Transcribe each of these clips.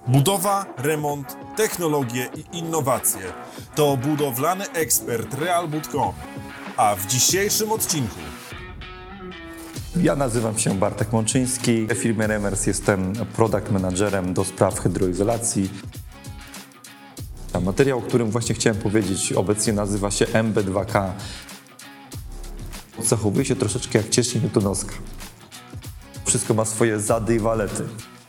Budowa, remont, technologie i innowacje to budowlany ekspert Realbud.com. A w dzisiejszym odcinku ja nazywam się Bartek Mączyński. W firmie Remers jestem product managerem do spraw hydroizolacji. Materiał, o którym właśnie chciałem powiedzieć, obecnie nazywa się MB2K. Zachowuje się troszeczkę jak ciecznik newtonowska. Wszystko ma swoje zady i walety.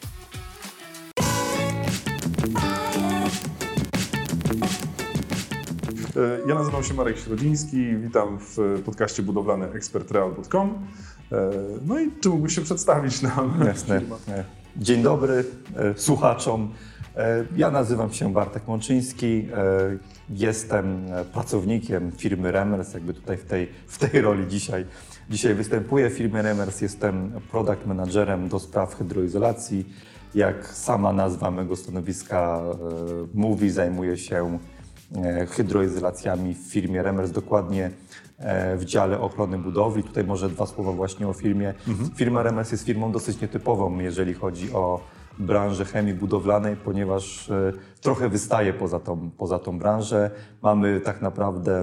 Ja nazywam się Marek Środziński, witam w podcaście budowlany ekspert Realbud.com. No i czy mógłbyś się przedstawić nam? Jasne. Dzień dobry słuchaczom. Ja nazywam się Bartek Mączyński, jestem pracownikiem firmy Remers, jakby tutaj w tej roli dzisiaj występuję w firmie Remers, jestem product managerem do spraw hydroizolacji. Jak sama nazwa mego stanowiska mówi, zajmuję się hydroizolacjami w firmie Remers, dokładnie w dziale ochrony budowli. Tutaj może dwa słowa właśnie o firmie. Firma Remers jest firmą dosyć nietypową, jeżeli chodzi o branżę chemii budowlanej, ponieważ trochę wystaje poza tą branżę. Mamy tak naprawdę,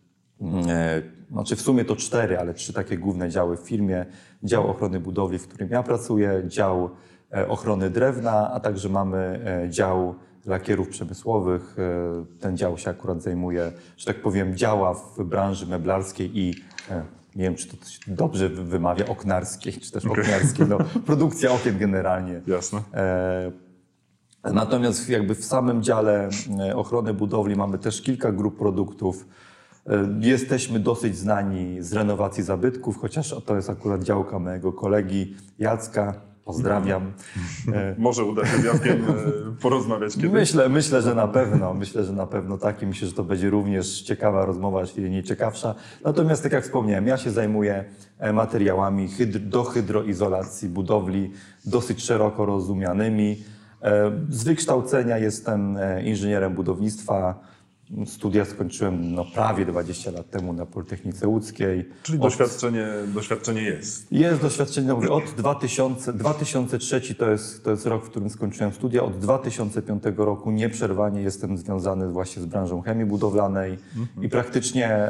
w sumie to 4, ale 3 takie główne działy w firmie. Dział ochrony budowli, w którym ja pracuję, dział ochrony drewna, a także mamy dział lakierów przemysłowych. Ten dział się akurat zajmuje, że tak powiem, działa w branży meblarskiej i nie wiem, czy to dobrze wymawia, oknarskiej, czy też okniarskiej, produkcja okien generalnie. Jasne. Natomiast jakby w samym dziale ochrony budowli mamy też kilka grup produktów. Jesteśmy dosyć znani z renowacji zabytków, chociaż to jest akurat działka mojego kolegi Jacka. Pozdrawiam. Może uda się z Jackiem porozmawiać kiedyś? Myślę, że na pewno. Myślę, że na pewno tak i myślę, że to będzie również ciekawa rozmowa, jeśli nie ciekawsza. Natomiast tak jak wspomniałem, ja się zajmuję materiałami do hydroizolacji budowli dosyć szeroko rozumianymi. Z wykształcenia jestem inżynierem budownictwa. Studia skończyłem prawie 20 lat temu na Politechnice Łódzkiej. Czyli doświadczenie jest? Jest doświadczenie. Od 2003 to jest rok, w którym skończyłem studia. Od 2005 roku nieprzerwanie jestem związany właśnie z branżą chemii budowlanej i praktycznie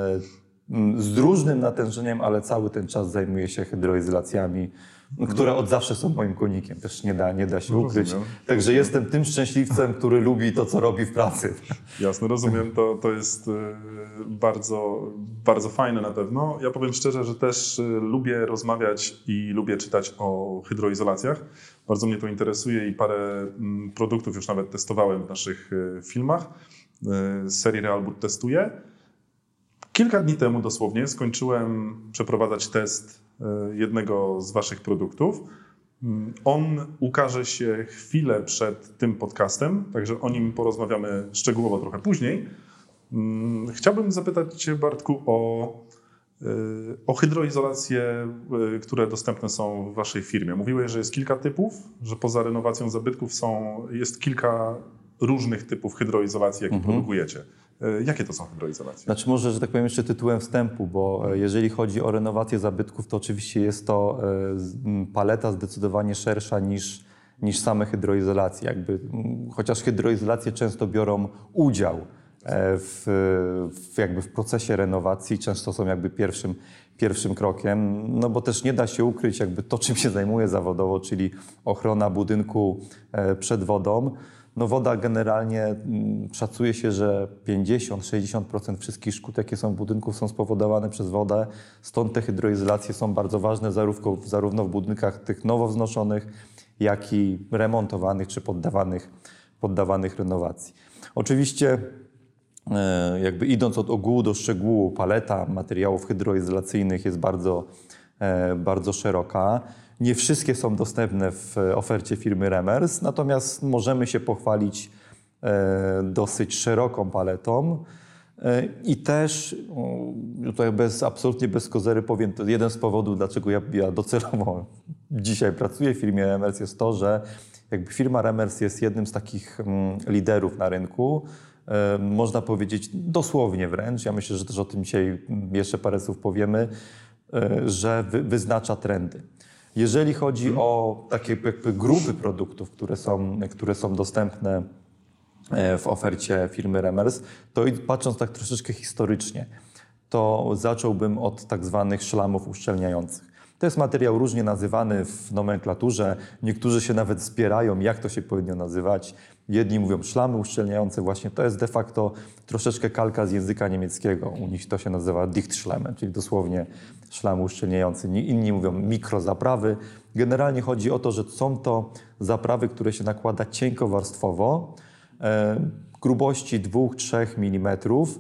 z różnym natężeniem, ale cały ten czas zajmuję się hydroizolacjami, które od zawsze są moim konikiem, też nie da się ukryć. Rozumiem. Także jestem tym szczęśliwcem, który lubi to, co robi w pracy. Jasne, rozumiem. To jest bardzo, bardzo fajne na pewno. Ja powiem szczerze, że też lubię rozmawiać i lubię czytać o hydroizolacjach. Bardzo mnie to interesuje i parę produktów już nawet testowałem w naszych filmach. Z serii Realbud testuję. Kilka dni temu dosłownie skończyłem przeprowadzać test jednego z waszych produktów. On ukaże się chwilę przed tym podcastem, także o nim porozmawiamy szczegółowo trochę później. Chciałbym zapytać cię, Bartku, o hydroizolacje, które dostępne są w waszej firmie. Mówiłeś, że jest kilka typów, że poza renowacją zabytków jest kilka różnych typów hydroizolacji, jakie produkujecie. Jakie to są hydroizolacje? Znaczy może, że tak powiem, jeszcze tytułem wstępu, bo jeżeli chodzi o renowację zabytków, to oczywiście jest to paleta zdecydowanie szersza niż same hydroizolacje. Chociaż hydroizolacje często biorą udział w procesie renowacji, często są pierwszym krokiem, bo też nie da się ukryć to, czym się zajmuję zawodowo, czyli ochrona budynku przed wodą. Woda generalnie szacuje się, że 50-60% wszystkich szkód, jakie są w budynku, są spowodowane przez wodę. Stąd te hydroizolacje są bardzo ważne zarówno w budynkach tych nowo wznoszonych, jak i remontowanych czy poddawanych renowacji. Oczywiście idąc od ogółu do szczegółu, paleta materiałów hydroizolacyjnych jest bardzo szeroka. Nie wszystkie są dostępne w ofercie firmy Remers, natomiast możemy się pochwalić dosyć szeroką paletą i też tutaj absolutnie bez kozery powiem, to jeden z powodów, dlaczego ja docelowo dzisiaj pracuję w firmie Remers, jest to, że firma Remers jest jednym z takich liderów na rynku. Można powiedzieć dosłownie wręcz, ja myślę, że też o tym dzisiaj jeszcze parę słów powiemy, że wyznacza trendy. Jeżeli chodzi o takie jakby grupy produktów, które są dostępne w ofercie firmy Remers, to patrząc tak troszeczkę historycznie, to zacząłbym od tak zwanych szlamów uszczelniających. To jest materiał różnie nazywany w nomenklaturze. Niektórzy się nawet spierają, jak to się powinno nazywać. Jedni mówią szlamy uszczelniające, właśnie to jest de facto troszeczkę kalka z języka niemieckiego. U nich to się nazywa Dichtschlemme, czyli dosłownie szlamy uszczelniające. Inni mówią mikrozaprawy. Generalnie chodzi o to, że są to zaprawy, które się nakłada cienkowarstwowo, grubości 2-3 mm.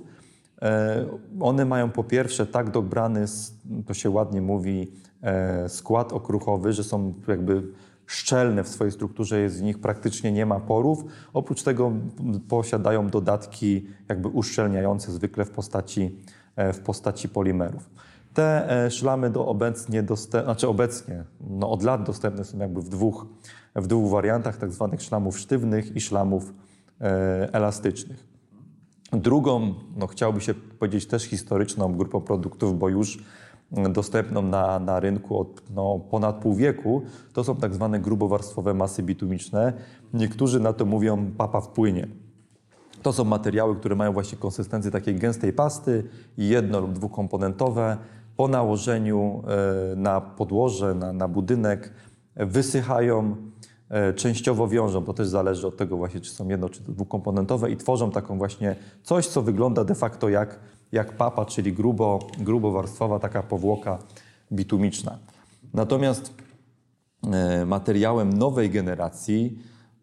One mają po pierwsze tak dobrany, to się ładnie mówi, skład okruchowy, że są jakby szczelne w swojej strukturze, z nich praktycznie nie ma porów. Oprócz tego posiadają dodatki jakby uszczelniające, zwykle w postaci polimerów. Te szlamy obecnie, od lat dostępne są jakby w dwóch wariantach, tak zwanych szlamów sztywnych i szlamów elastycznych. Drugą, chciałoby się powiedzieć też historyczną grupą produktów, bo już dostępną na rynku od ponad pół wieku, to są tak zwane grubowarstwowe masy bitumiczne. Niektórzy na to mówią papa w płynie. To są materiały, które mają właśnie konsystencję takiej gęstej pasty, jedno- lub dwukomponentowe. Po nałożeniu na podłoże, na budynek wysychają, częściowo wiążą, to też zależy od tego właśnie, czy są jedno- czy dwukomponentowe i tworzą taką właśnie coś, co wygląda de facto jak papa, czyli grubowarstwowa taka powłoka bitumiczna. Natomiast materiałem nowej generacji,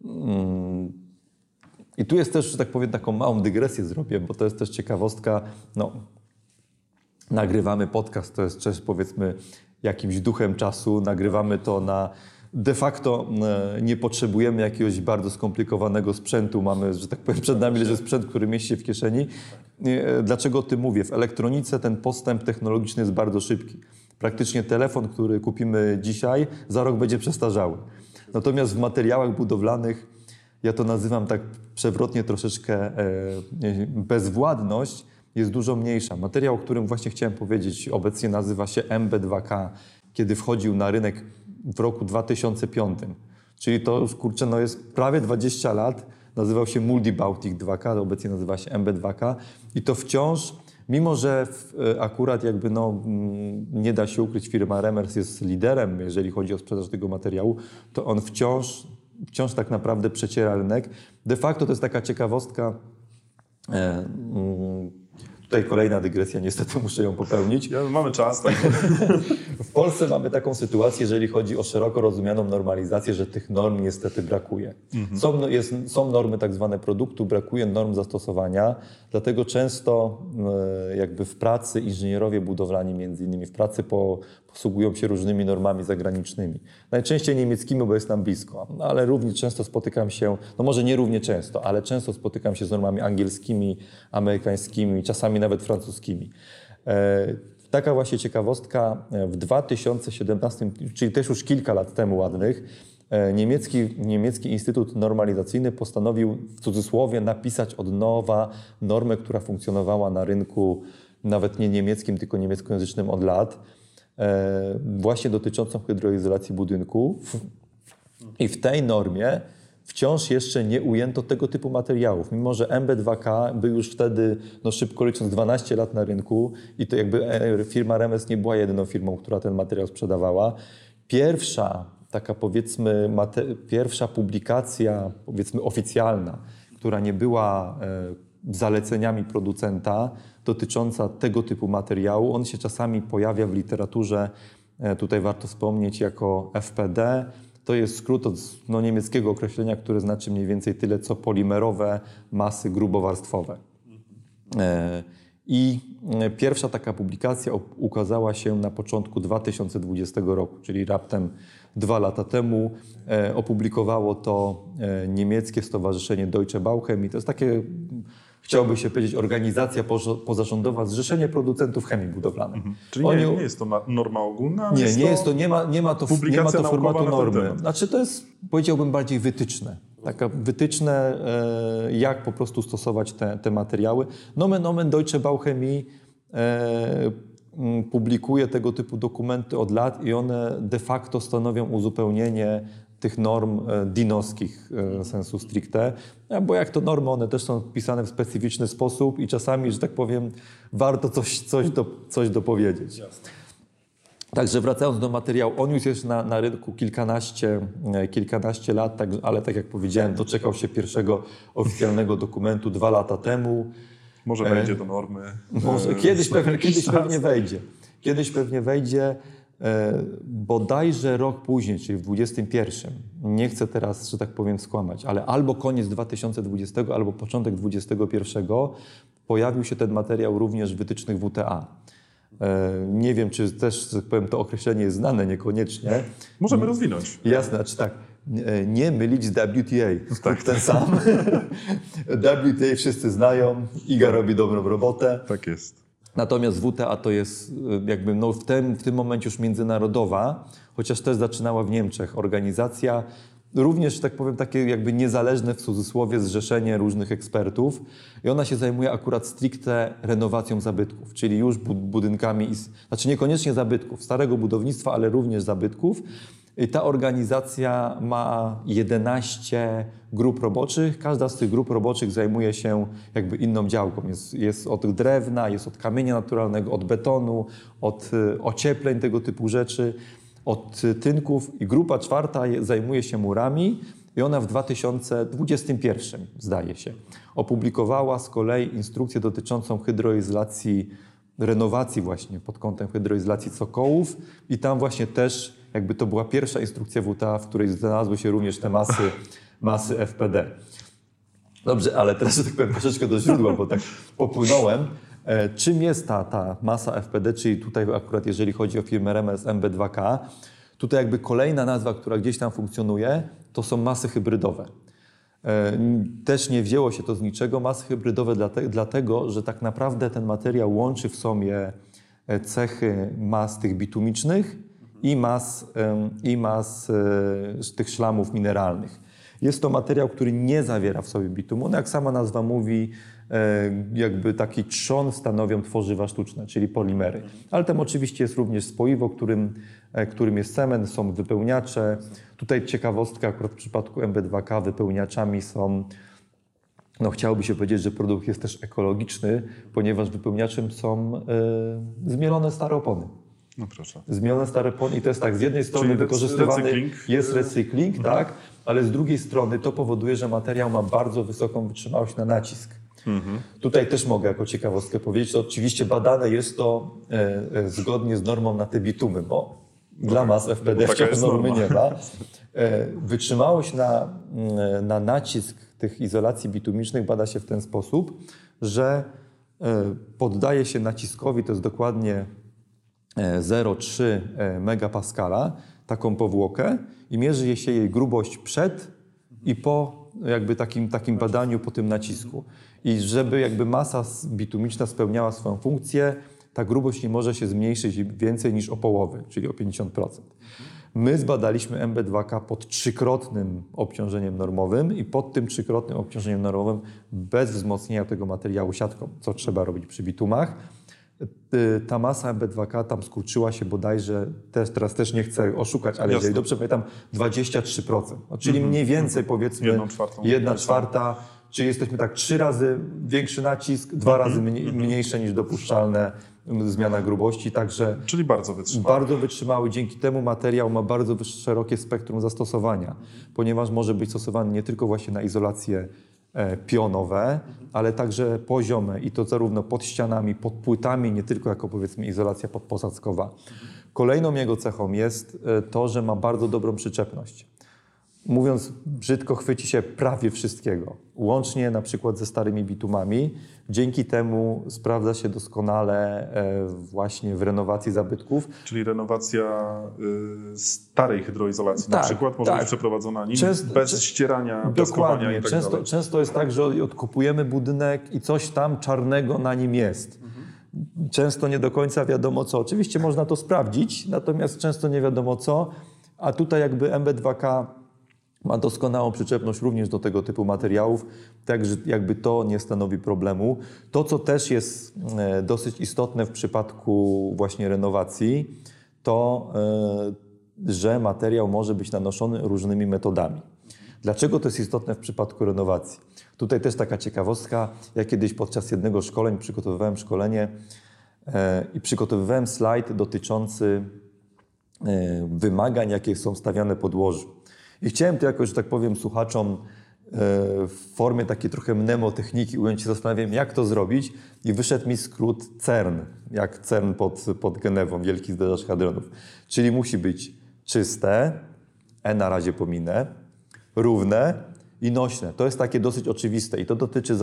i tu jest też, że tak powiem, taką małą dygresję zrobię, bo to jest też ciekawostka, nagrywamy podcast, to jest też powiedzmy jakimś duchem czasu, nagrywamy to na de facto nie potrzebujemy jakiegoś bardzo skomplikowanego sprzętu. Mamy, że tak powiem, przed nami leży sprzęt, który mieści się w kieszeni. Dlaczego o tym mówię? W elektronice ten postęp technologiczny jest bardzo szybki. Praktycznie telefon, który kupimy dzisiaj, za rok będzie przestarzały. Natomiast w materiałach budowlanych, ja to nazywam tak przewrotnie troszeczkę, bezwładność jest dużo mniejsza. Materiał, o którym właśnie chciałem powiedzieć, obecnie nazywa się MB2K, kiedy wchodził na rynek w roku 2005. Czyli to już, jest prawie 20 lat. Nazywał się Multi-Bautic 2K, obecnie nazywa się MB2K. I to wciąż, mimo że akurat jakby nie da się ukryć, firma Remers jest liderem, jeżeli chodzi o sprzedaż tego materiału, to on wciąż tak naprawdę przeciera rynek. De facto to jest taka ciekawostka. Tutaj kolejna dygresja, niestety muszę ją popełnić. Mamy czas. Tak? W Polsce mamy taką sytuację, jeżeli chodzi o szeroko rozumianą normalizację, że tych norm niestety brakuje. Są normy tak zwane produktu, brakuje norm zastosowania, dlatego często jakby w pracy inżynierowie budowlani między innymi w pracy posługują się różnymi normami zagranicznymi. Najczęściej niemieckimi, bo jest nam blisko, ale równie często spotykam się, może nie równie często, ale często spotykam się z normami angielskimi, amerykańskimi, czasami nawet francuskimi. Taka właśnie ciekawostka, w 2017, czyli też już kilka lat temu ładnych, niemiecki Instytut Normalizacyjny postanowił w cudzysłowie napisać od nowa normę, która funkcjonowała na rynku nawet nie niemieckim, tylko niemieckojęzycznym od lat, właśnie dotyczącą hydroizolacji budynków. I w tej normie wciąż jeszcze nie ujęto tego typu materiałów, mimo że MB2K był już wtedy, szybko licząc, 12 lat na rynku i to jakby firma Remers nie była jedyną firmą, która ten materiał sprzedawała. Pierwsza taka pierwsza publikacja oficjalna, która nie była zaleceniami producenta dotycząca tego typu materiału, on się czasami pojawia w literaturze, tutaj warto wspomnieć, jako FPD. To jest skrót od niemieckiego określenia, które znaczy mniej więcej tyle, co polimerowe masy grubowarstwowe. I pierwsza taka publikacja ukazała się na początku 2020 roku, czyli raptem 2 lata temu. Opublikowało to niemieckie stowarzyszenie Deutsche Bauchemie. To jest takie, chciałoby się powiedzieć, organizacja pozarządowa, Zrzeszenie Producentów Chemii Budowlanej. Czyli nie jest to norma ogólna? Nie ma to formatu normy. Znaczy to jest, powiedziałbym, bardziej wytyczne. Taka wytyczne, jak po prostu stosować te materiały. Nomen omen Deutsche Bauchemie publikuje tego typu dokumenty od lat i one de facto stanowią uzupełnienie tych norm DIN-owskich sensu stricte, bo jak to normy, one też są pisane w specyficzny sposób i czasami, że tak powiem, warto coś dopowiedzieć. Także wracając do materiału, on już jest na rynku kilkanaście lat, tak, ale tak jak powiedziałem, doczekał się pierwszego oficjalnego dokumentu 2 lata temu. Może wejdzie do normy. Może kiedyś pewnie wejdzie. Kiedyś pewnie wejdzie, bodajże rok później, czyli w 2021. Nie chcę teraz, że tak powiem, skłamać, ale albo koniec 2020, albo początek 2021 pojawił się ten materiał również w wytycznych WTA. Nie wiem, czy też, że tak powiem, to określenie jest znane, niekoniecznie. Możemy rozwinąć. Jasne, znaczy tak, nie mylić z WTA. Tak. Ten sam. WTA wszyscy znają, IGA robi dobrą robotę. Tak jest. Natomiast WTA to jest jakby w tym momencie już międzynarodowa, chociaż też zaczynała w Niemczech organizacja, również, tak powiem, takie jakby niezależne w cudzysłowie zrzeszenie różnych ekspertów i ona się zajmuje akurat stricte renowacją zabytków, czyli już budynkami, znaczy niekoniecznie zabytków, starego budownictwa, ale również zabytków. I ta organizacja ma 11 grup roboczych. Każda z tych grup roboczych zajmuje się jakby inną działką. Jest od drewna, jest od kamienia naturalnego, od betonu, od ociepleń, tego typu rzeczy, od tynków. I grupa 4 zajmuje się murami i ona w 2021, zdaje się, opublikowała z kolei instrukcję dotyczącą hydroizolacji, renowacji właśnie pod kątem hydroizolacji cokołów i tam właśnie też jakby to była pierwsza instrukcja WTA, w której znalazły się również te masy FPD. Dobrze, ale teraz, że tak powiem, troszeczkę do źródła, bo tak popłynąłem. Czym jest ta masa FPD, czyli tutaj akurat jeżeli chodzi o firmę Remers MB2K, tutaj jakby kolejna nazwa, która gdzieś tam funkcjonuje, to są masy hybrydowe. Też nie wzięło się to z niczego. Masy hybrydowe dlatego, że tak naprawdę ten materiał łączy w sobie cechy mas tych bitumicznych i mas tych szlamów mineralnych. Jest to materiał, który nie zawiera w sobie bitumu. No jak sama nazwa mówi, jakby taki trzon stanowią tworzywa sztuczne, czyli polimery. Ale tam oczywiście jest również spoiwo, którym jest cement, są wypełniacze. Tutaj ciekawostka, akurat w przypadku MB2K wypełniaczami są, no chciałoby się powiedzieć, że produkt jest też ekologiczny, ponieważ wypełniaczem są zmielone stare opony. No proszę. Zmielone stare opony i to jest tak, z jednej strony wykorzystywany jest recykling, tak, ale z drugiej strony to powoduje, że materiał ma bardzo wysoką wytrzymałość na nacisk. Tutaj też mogę jako ciekawostkę powiedzieć, że oczywiście badane jest to zgodnie z normą na te bitumy, bo dla mas FPD wciąż normy nie ma. Wytrzymałość na nacisk tych izolacji bitumicznych bada się w ten sposób, że poddaje się naciskowi, to jest dokładnie 0,3 megapaskala, taką powłokę i mierzy się jej grubość przed i po jakby takim badaniu po tym nacisku. I żeby jakby masa bitumiczna spełniała swoją funkcję, ta grubość nie może się zmniejszyć więcej niż o połowę, czyli o 50%. My zbadaliśmy MB2K pod 3-krotnym obciążeniem normowym i pod tym 3-krotnym obciążeniem normowym bez wzmocnienia tego materiału siatką, co trzeba robić przy bitumach. Ta masa MB2K tam skurczyła się bodajże, teraz też nie chcę oszukać, ale jeżeli dobrze pamiętam, 23%. No, czyli mniej więcej powiedzmy 1/4, czyli jesteśmy tak 3 razy większy nacisk, 2 razy mniejsze niż dopuszczalne zmiana grubości, także czyli bardzo wytrzymały. Bardzo wytrzymały. Dzięki temu materiał ma bardzo szerokie spektrum zastosowania, ponieważ może być stosowany nie tylko właśnie na izolacje pionowe, ale także poziome i to zarówno pod ścianami, pod płytami, nie tylko jako powiedzmy izolacja podposadzkowa. Kolejną jego cechą jest to, że ma bardzo dobrą przyczepność. Mówiąc brzydko, chwyci się prawie wszystkiego, łącznie na przykład ze starymi bitumami. Dzięki temu sprawdza się doskonale właśnie w renowacji zabytków. Czyli renowacja starej hydroizolacji na przykład może być przeprowadzona bez ścierania, piaskowania i tak dalej. Często jest tak, że odkupujemy budynek i coś tam czarnego na nim jest. Często nie do końca wiadomo co. Oczywiście można to sprawdzić, natomiast często nie wiadomo co. A tutaj jakby MB2K Ma doskonałą przyczepność również do tego typu materiałów, także jakby to nie stanowi problemu. To, co też jest dosyć istotne w przypadku właśnie renowacji, to że materiał może być nanoszony różnymi metodami. Dlaczego to jest istotne w przypadku renowacji? Tutaj też taka ciekawostka. Ja kiedyś podczas jednego szkoleń przygotowywałem szkolenie i przygotowywałem slajd dotyczący wymagań, jakie są stawiane podłożu. I chciałem to jakoś, że tak powiem, słuchaczom w formie takiej trochę mnemotechniki ująć, się zastanawiam, jak to zrobić i wyszedł mi skrót CERN, jak CERN pod Genewą, wielki zderzacz hadronów. Czyli musi być czyste, na razie pominę, równe i nośne. To jest takie dosyć oczywiste i to dotyczy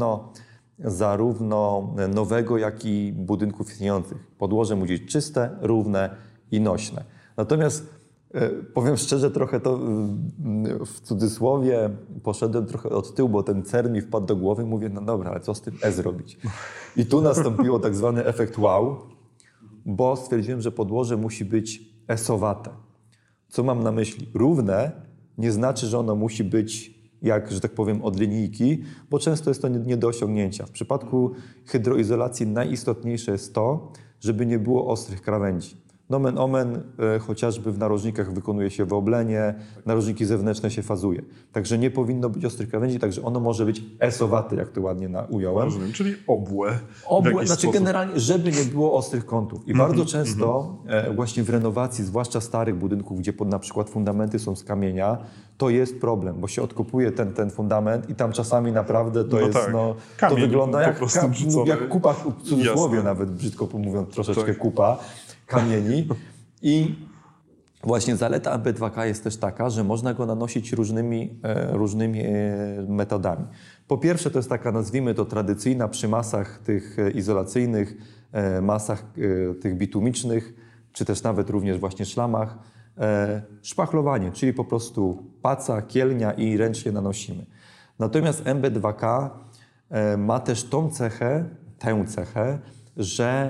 zarówno nowego, jak i budynków istniejących. Podłoże musi być czyste, równe i nośne. Natomiast powiem szczerze, trochę to w cudzysłowie poszedłem trochę od tyłu, bo ten CERN mi wpadł do głowy. Mówię, no dobra, ale co z tym zrobić? I tu nastąpiło tak zwany efekt wow, bo stwierdziłem, że podłoże musi być esowate. Co mam na myśli? Równe nie znaczy, że ono musi być jak, że tak powiem, od linijki, bo często jest to nie do osiągnięcia. W przypadku hydroizolacji najistotniejsze jest to, żeby nie było ostrych krawędzi. Nomen omen, chociażby w narożnikach wykonuje się wyoblenie, narożniki zewnętrzne się fazuje. Także nie powinno być ostrych krawędzi, także ono może być esowate, jak to ładnie ująłem. Rozumiem, czyli obłe. Znaczy generalnie, żeby nie było ostrych kątów. I bardzo często właśnie w renowacji, zwłaszcza starych budynków, gdzie na przykład fundamenty są z kamienia, to jest problem, bo się odkopuje ten fundament i tam czasami naprawdę to jest, tak. To wygląda jak kupa, w cudzysłowie nawet, brzydko mówiąc, troszeczkę kupa kamieni. I właśnie zaleta MB2K jest też taka, że można go nanosić różnymi metodami. Po pierwsze, to jest taka, nazwijmy to, tradycyjna przy masach tych izolacyjnych, masach tych bitumicznych, czy też nawet również właśnie szlamach, szpachlowanie, czyli po prostu paca, kielnia i ręcznie nanosimy. Natomiast MB2K ma też tę cechę, że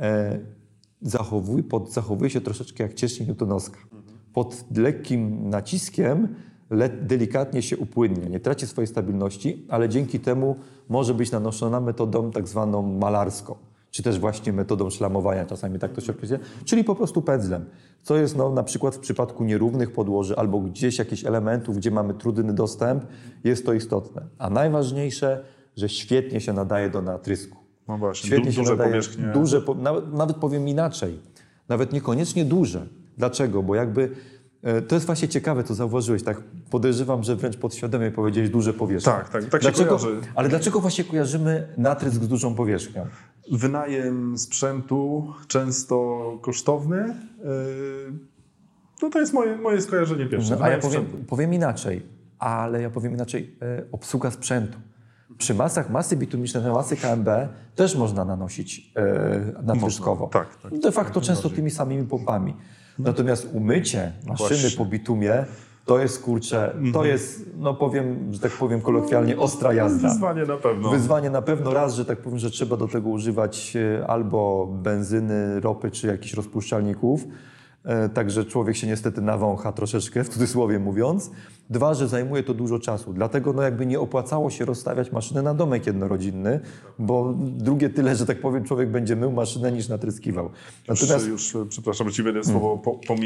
zachowuje się troszeczkę jak cieśń newtonowska. Pod lekkim naciskiem delikatnie się upłynnia, nie traci swojej stabilności, ale dzięki temu może być nanoszona metodą tak zwaną malarską, czy też właśnie metodą szlamowania, czasami tak to się określa, czyli po prostu pędzlem. Co jest na przykład w przypadku nierównych podłoży albo gdzieś jakichś elementów, gdzie mamy trudny dostęp, jest to istotne. A najważniejsze, że świetnie się nadaje do natrysku. No właśnie, Świetnie się nadaje, powierzchnie. Nawet powiem inaczej, nawet niekoniecznie duże. Dlaczego? Bo jakby to jest właśnie ciekawe, co zauważyłeś. Tak podejrzewam, że wręcz podświadomie powiedziałeś duże powierzchnie. Tak się kojarzy. Ale dlaczego właśnie kojarzymy natrysk z dużą powierzchnią? Wynajem sprzętu, często kosztowny. No to jest moje skojarzenie pierwsze. A ja powiem inaczej, obsługa sprzętu. Przy masy bitumiczne, masy KMB też można nanosić natryskowo. Tak. De facto często tymi samymi pompami. Natomiast umycie maszyny po bitumie to jest, to jest, że tak powiem kolokwialnie, ostra jazda. Wyzwanie na pewno. Wyzwanie na pewno. Raz, że tak powiem, że trzeba do tego używać albo benzyny, ropy, czy jakichś rozpuszczalników. Także człowiek się niestety nawącha troszeczkę, w cudzysłowie mówiąc. Dwa, że zajmuje to dużo czasu. Dlatego jakby nie opłacało się rozstawiać maszyny na domek jednorodzinny, bo drugie tyle, że tak powiem, człowiek będzie mył maszynę niż natryskiwał. Natomiast przepraszam, ci będę słowo,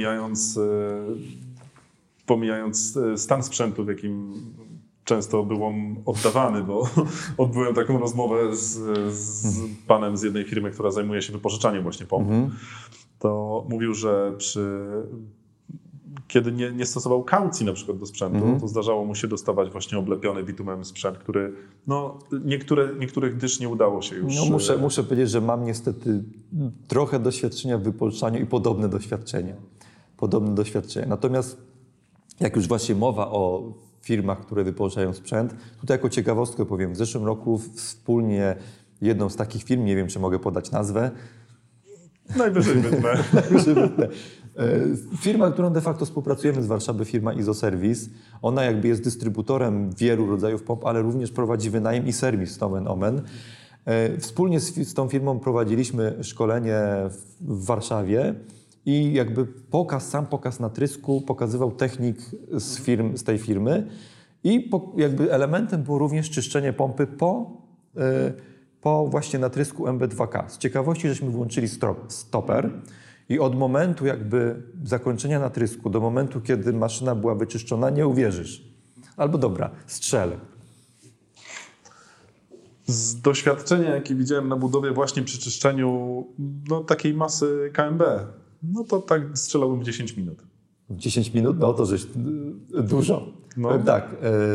pomijając stan sprzętu, w jakim często był on oddawany, bo odbyłem taką rozmowę z panem z jednej firmy, która zajmuje się wypożyczaniem właśnie pomp. To mówił, że kiedy nie stosował kaucji na przykład do sprzętu, to zdarzało mu się dostawać właśnie oblepiony bitumem sprzęt, który niektórych dysz nie udało się już. Muszę powiedzieć, że mam niestety trochę doświadczenia w wypożyczaniu i podobne doświadczenia. Natomiast jak już właśnie mowa o firmach, które wypożyczają sprzęt, tutaj jako ciekawostkę powiem, w zeszłym roku wspólnie jedną z takich firm, nie wiem czy mogę podać nazwę, Najwyżej wytnę. Firma, którą de facto współpracujemy z Warszawy, firma Izoserwis, ona jakby jest dystrybutorem wielu rodzajów pomp, ale również prowadzi wynajem i serwis, nomen omen. Wspólnie z tą firmą prowadziliśmy szkolenie w Warszawie i jakby sam pokaz natrysku pokazywał technik z tej firmy i jakby elementem było również czyszczenie pompy po właśnie natrysku MB2K. Z ciekawości żeśmy włączyli stoper i od momentu jakby zakończenia natrysku do momentu, kiedy maszyna była wyczyszczona, nie uwierzysz. Albo dobra, strzel. Z doświadczenia, jakie widziałem na budowie właśnie przy czyszczeniu takiej masy KMB, no to tak strzelałbym w 10 minut. 10 minut? No to żeś dużo. No. Tak,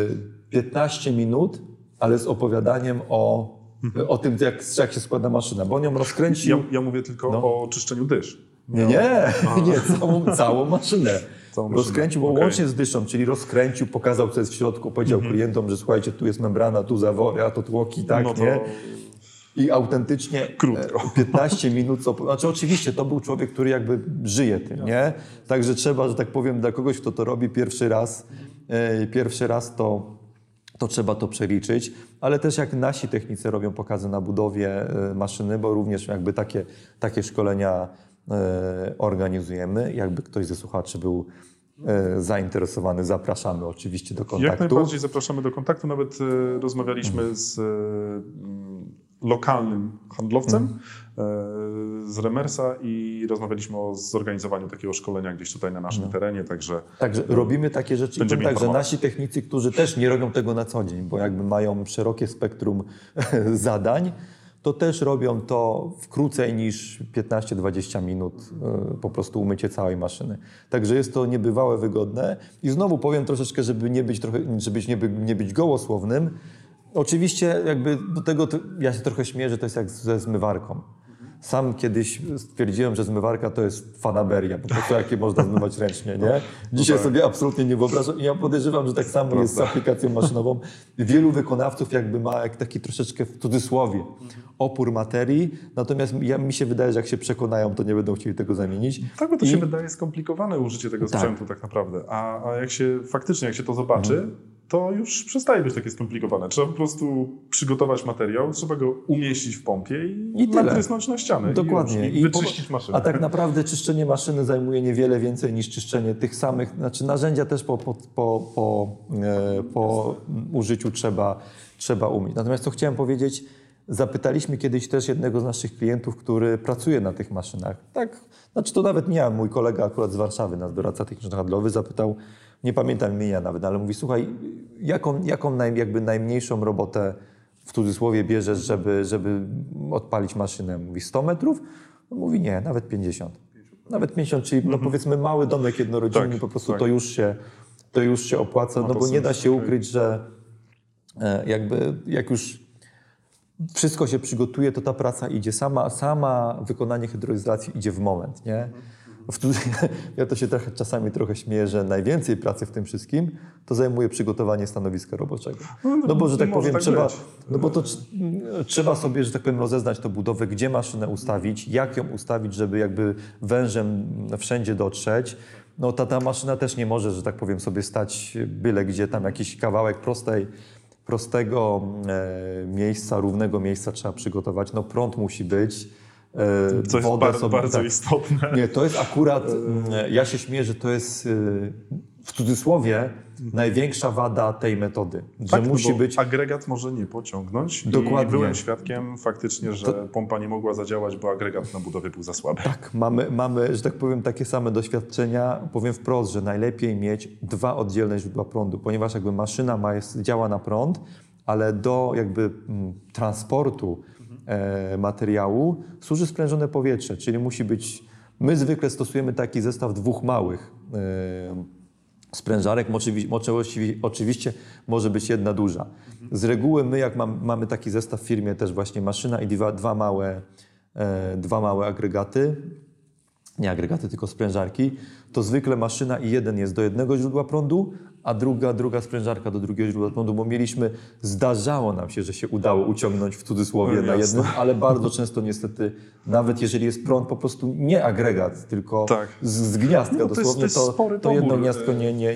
15 minut, ale z opowiadaniem o tym, jak się składa maszyna, bo on ją rozkręcił. Ja mówię tylko o czyszczeniu dysz. Nie, całą maszynę. Rozkręcił, bo łącznie z dyszą, czyli rozkręcił, pokazał, co jest w środku, powiedział klientom, że słuchajcie, tu jest membrana, tu zawory, a to tłoki, tak, no to... nie? I autentycznie Krótko. 15 minut, znaczy oczywiście to był człowiek, który jakby żyje tym, nie? Także trzeba, że tak powiem, dla kogoś, kto to robi pierwszy raz to trzeba to przeliczyć, ale też jak nasi technicy robią pokazy na budowie maszyny, bo również jakby takie szkolenia organizujemy. Jakby ktoś ze słuchaczy był zainteresowany, zapraszamy oczywiście do kontaktu. Jak najbardziej zapraszamy do kontaktu. Nawet rozmawialiśmy z lokalnym handlowcem z Remersa i rozmawialiśmy o zorganizowaniu takiego szkolenia gdzieś tutaj na naszym terenie. Także robimy takie rzeczy. Będziemy Także nasi technicy, którzy też nie robią tego na co dzień, bo jakby mają szerokie spektrum zadań, to też robią to w krócej niż 15-20 minut po prostu umycie całej maszyny. Także jest to niebywałe wygodne. I znowu powiem troszeczkę, żeby nie być gołosłownym. Oczywiście jakby do tego ja się trochę śmieję, że to jest jak ze zmywarką. Sam kiedyś stwierdziłem, że zmywarka to jest fanaberia, po prostu jakie można zmywać ręcznie, nie? Dzisiaj sobie absolutnie nie wyobrażam i ja podejrzewam, że tak samo jest z aplikacją maszynową. Wielu wykonawców jakby ma taki troszeczkę w cudzysłowie opór materii, natomiast mi się wydaje, że jak się przekonają, to nie będą chcieli tego zamienić. Tak, bo to się wydaje skomplikowane użycie tego sprzętu tak naprawdę, a jak się to zobaczy, to już przestaje być takie skomplikowane. Trzeba po prostu przygotować materiał, trzeba go umieścić w pompie i natrysnąć na ścianę. Dokładnie. I wyczyścić maszynę. A tak naprawdę czyszczenie maszyny zajmuje niewiele więcej niż czyszczenie tych samych, znaczy narzędzia też po użyciu trzeba umieć. Natomiast co chciałem powiedzieć, zapytaliśmy kiedyś też jednego z naszych klientów, który pracuje na tych maszynach. Tak, znaczy to nawet nie ja, mój kolega akurat z Warszawy, nasz doradca techniczno-handlowy, zapytał, nie pamiętam imienia nawet, ale mówi, słuchaj, jaką jakby najmniejszą robotę w cudzysłowie bierzesz, żeby odpalić maszynę? Mówi 100 metrów? No, mówi nie, nawet 50. Nawet 50, czyli no powiedzmy mały domek jednorodzinny, po prostu to już się opłaca, no bo nie da się ukryć, że jakby jak już wszystko się przygotuje, to ta praca idzie sama wykonanie hydroizolacji idzie w moment, nie? Ja to się czasami trochę śmieję, że najwięcej pracy w tym wszystkim to zajmuje przygotowanie stanowiska roboczego. No bo, że tak powiem, trzeba sobie, że tak powiem, rozeznać tę budowę, gdzie maszynę ustawić, jak ją ustawić, żeby jakby wężem wszędzie dotrzeć. No ta maszyna też nie może, że tak powiem, sobie stać byle gdzie, tam jakiś kawałek prostego miejsca, równego miejsca trzeba przygotować. No prąd musi być. Co jest bardzo istotne. Nie, to jest akurat, ja się śmieję, że to jest w cudzysłowie największa wada tej metody. Tak, że musi być agregat może nie pociągnąć. Dokładnie. I byłem świadkiem faktycznie, że pompa nie mogła zadziałać, bo agregat na budowie był za słaby. Tak, mamy, że tak powiem, takie same doświadczenia. Powiem wprost, że najlepiej mieć 2 oddzielne źródła prądu, ponieważ jakby maszyna działa na prąd, ale do jakby transportu materiału służy sprężone powietrze, czyli musi być, my zwykle stosujemy taki zestaw 2 małych sprężarek, oczywiście może być 1 duża. Z reguły my jak mamy taki zestaw w firmie, też właśnie maszyna i dwa małe agregaty, nie agregaty, tylko sprężarki, to zwykle maszyna i jeden jest do jednego źródła prądu, a druga sprężarka do drugiego źródła prądu, bo zdarzało nam się, że się udało uciągnąć w cudzysłowie na jednym, ale bardzo często niestety, nawet jeżeli jest prąd, po prostu nie agregat, tylko z gniazdka dosłownie, to jedno gniazdko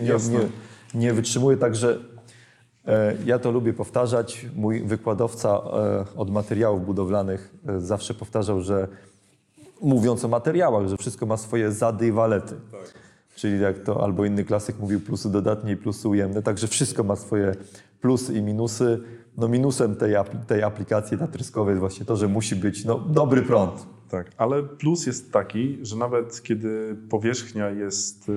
nie wytrzymuje, także ja to lubię powtarzać. Mój wykładowca od materiałów budowlanych zawsze powtarzał, że mówiąc o materiałach, że wszystko ma swoje zady i walety. Tak. Czyli jak to albo inny klasyk mówił, plusy dodatnie i plusy ujemne, także wszystko ma swoje plusy i minusy. No minusem tej aplikacji natryskowej jest właśnie to, że musi być dobry prąd. Tak, ale plus jest taki, że nawet kiedy powierzchnia jest,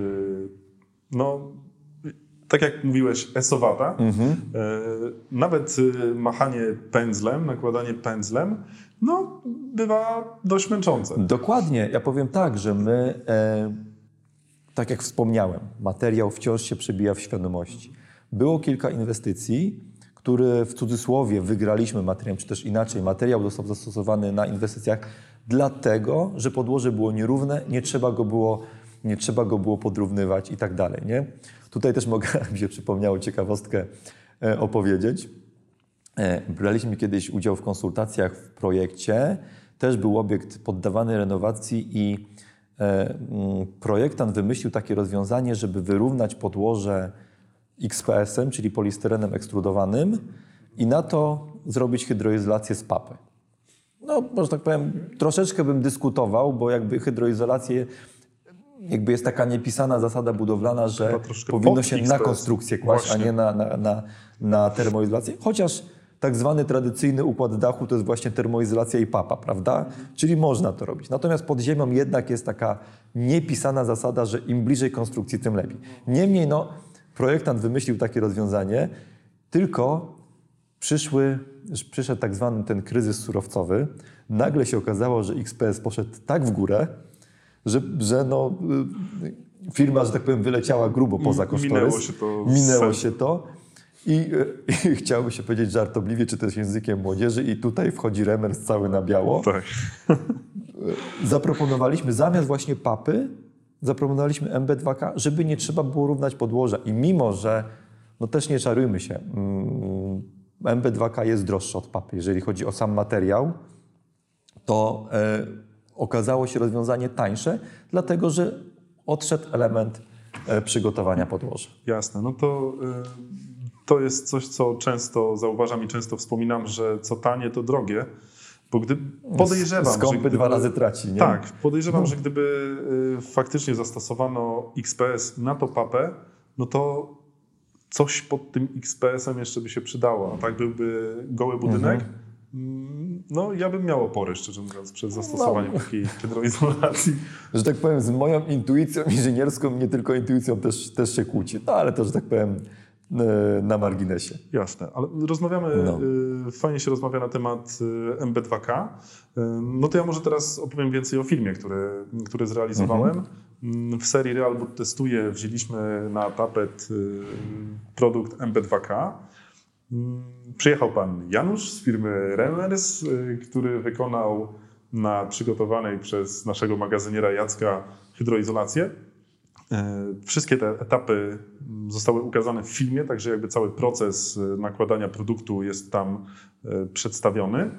tak jak mówiłeś, esowata, nawet machanie pędzlem, nakładanie pędzlem, bywa dość męczące. Dokładnie. Ja powiem tak, że my, tak jak wspomniałem, materiał wciąż się przebija w świadomości. Było kilka inwestycji, które w cudzysłowie wygraliśmy materiałem, czy też inaczej, materiał został zastosowany na inwestycjach dlatego, że podłoże było nierówne, nie trzeba go było podrównywać i tak dalej. Nie? Tutaj też mogę, mi się przypomniało, ciekawostkę opowiedzieć. Braliśmy kiedyś udział w konsultacjach w projekcie. Też był obiekt poddawany renowacji i projektant wymyślił takie rozwiązanie, żeby wyrównać podłoże XPS-em, czyli polistyrenem ekstrudowanym i na to zrobić hydroizolację z papy. Może tak powiem, troszeczkę bym dyskutował, bo jakby hydroizolację jest taka niepisana zasada budowlana, że powinno się na konstrukcję kłaść, właśnie, a nie na termoizolację. Chociaż tak zwany tradycyjny układ dachu to jest właśnie termoizolacja i papa, prawda? Czyli można to robić. Natomiast pod ziemią jednak jest taka niepisana zasada, że im bliżej konstrukcji, tym lepiej. Niemniej projektant wymyślił takie rozwiązanie, tylko przyszedł tak zwany ten kryzys surowcowy. Nagle się okazało, że XPS poszedł tak w górę, że firma, że tak powiem, wyleciała grubo poza kosztorys. Minęło się to. I chciałoby się powiedzieć żartobliwie, czy też językiem młodzieży, i tutaj wchodzi Remers cały na biało. Tak. Zaproponowaliśmy zamiast właśnie papy, zaproponowaliśmy MB2K, żeby nie trzeba było równać podłoża. I mimo, że, też nie czarujmy się, MB2K jest droższy od papy, jeżeli chodzi o sam materiał, to okazało się rozwiązanie tańsze, dlatego że odszedł element przygotowania podłoża. Jasne, to jest coś, co często zauważam i często wspominam, że co tanie, to drogie. Bo podejrzewam, skąpy dwa razy traci, nie? Tak, podejrzewam, że gdyby faktycznie zastosowano XPS na tą papę, to coś pod tym XPS-em jeszcze by się przydało. A tak byłby goły budynek. Ja bym miał opory, szczerze mówiąc, przed zastosowaniem takiej hydroizolacji. Że tak powiem, z moją intuicją inżynierską, nie tylko intuicją, też się kłóci. Ale to, że tak powiem, na marginesie. Jasne, ale fajnie się rozmawia na temat MB2K. To ja może teraz opowiem więcej o filmie, który zrealizowałem. W serii Realboot Testuję wzięliśmy na tapet produkt MB2K. Przyjechał pan Janusz z firmy Remers, który wykonał na przygotowanej przez naszego magazyniera Jacka hydroizolację. Wszystkie te etapy zostały ukazane w filmie, także jakby cały proces nakładania produktu jest tam przedstawiony.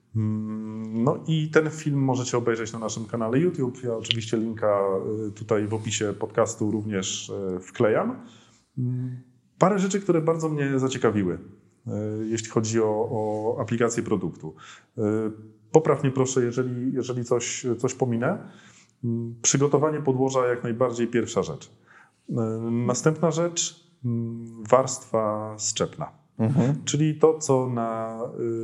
I ten film możecie obejrzeć na naszym kanale YouTube. Ja oczywiście linka tutaj w opisie podcastu również wklejam. Parę rzeczy, które bardzo mnie zaciekawiły, jeśli chodzi o aplikację produktu. Popraw mnie proszę, jeżeli coś pominę. Przygotowanie podłoża jak najbardziej pierwsza rzecz. Następna rzecz, warstwa strzepna. Czyli to, co na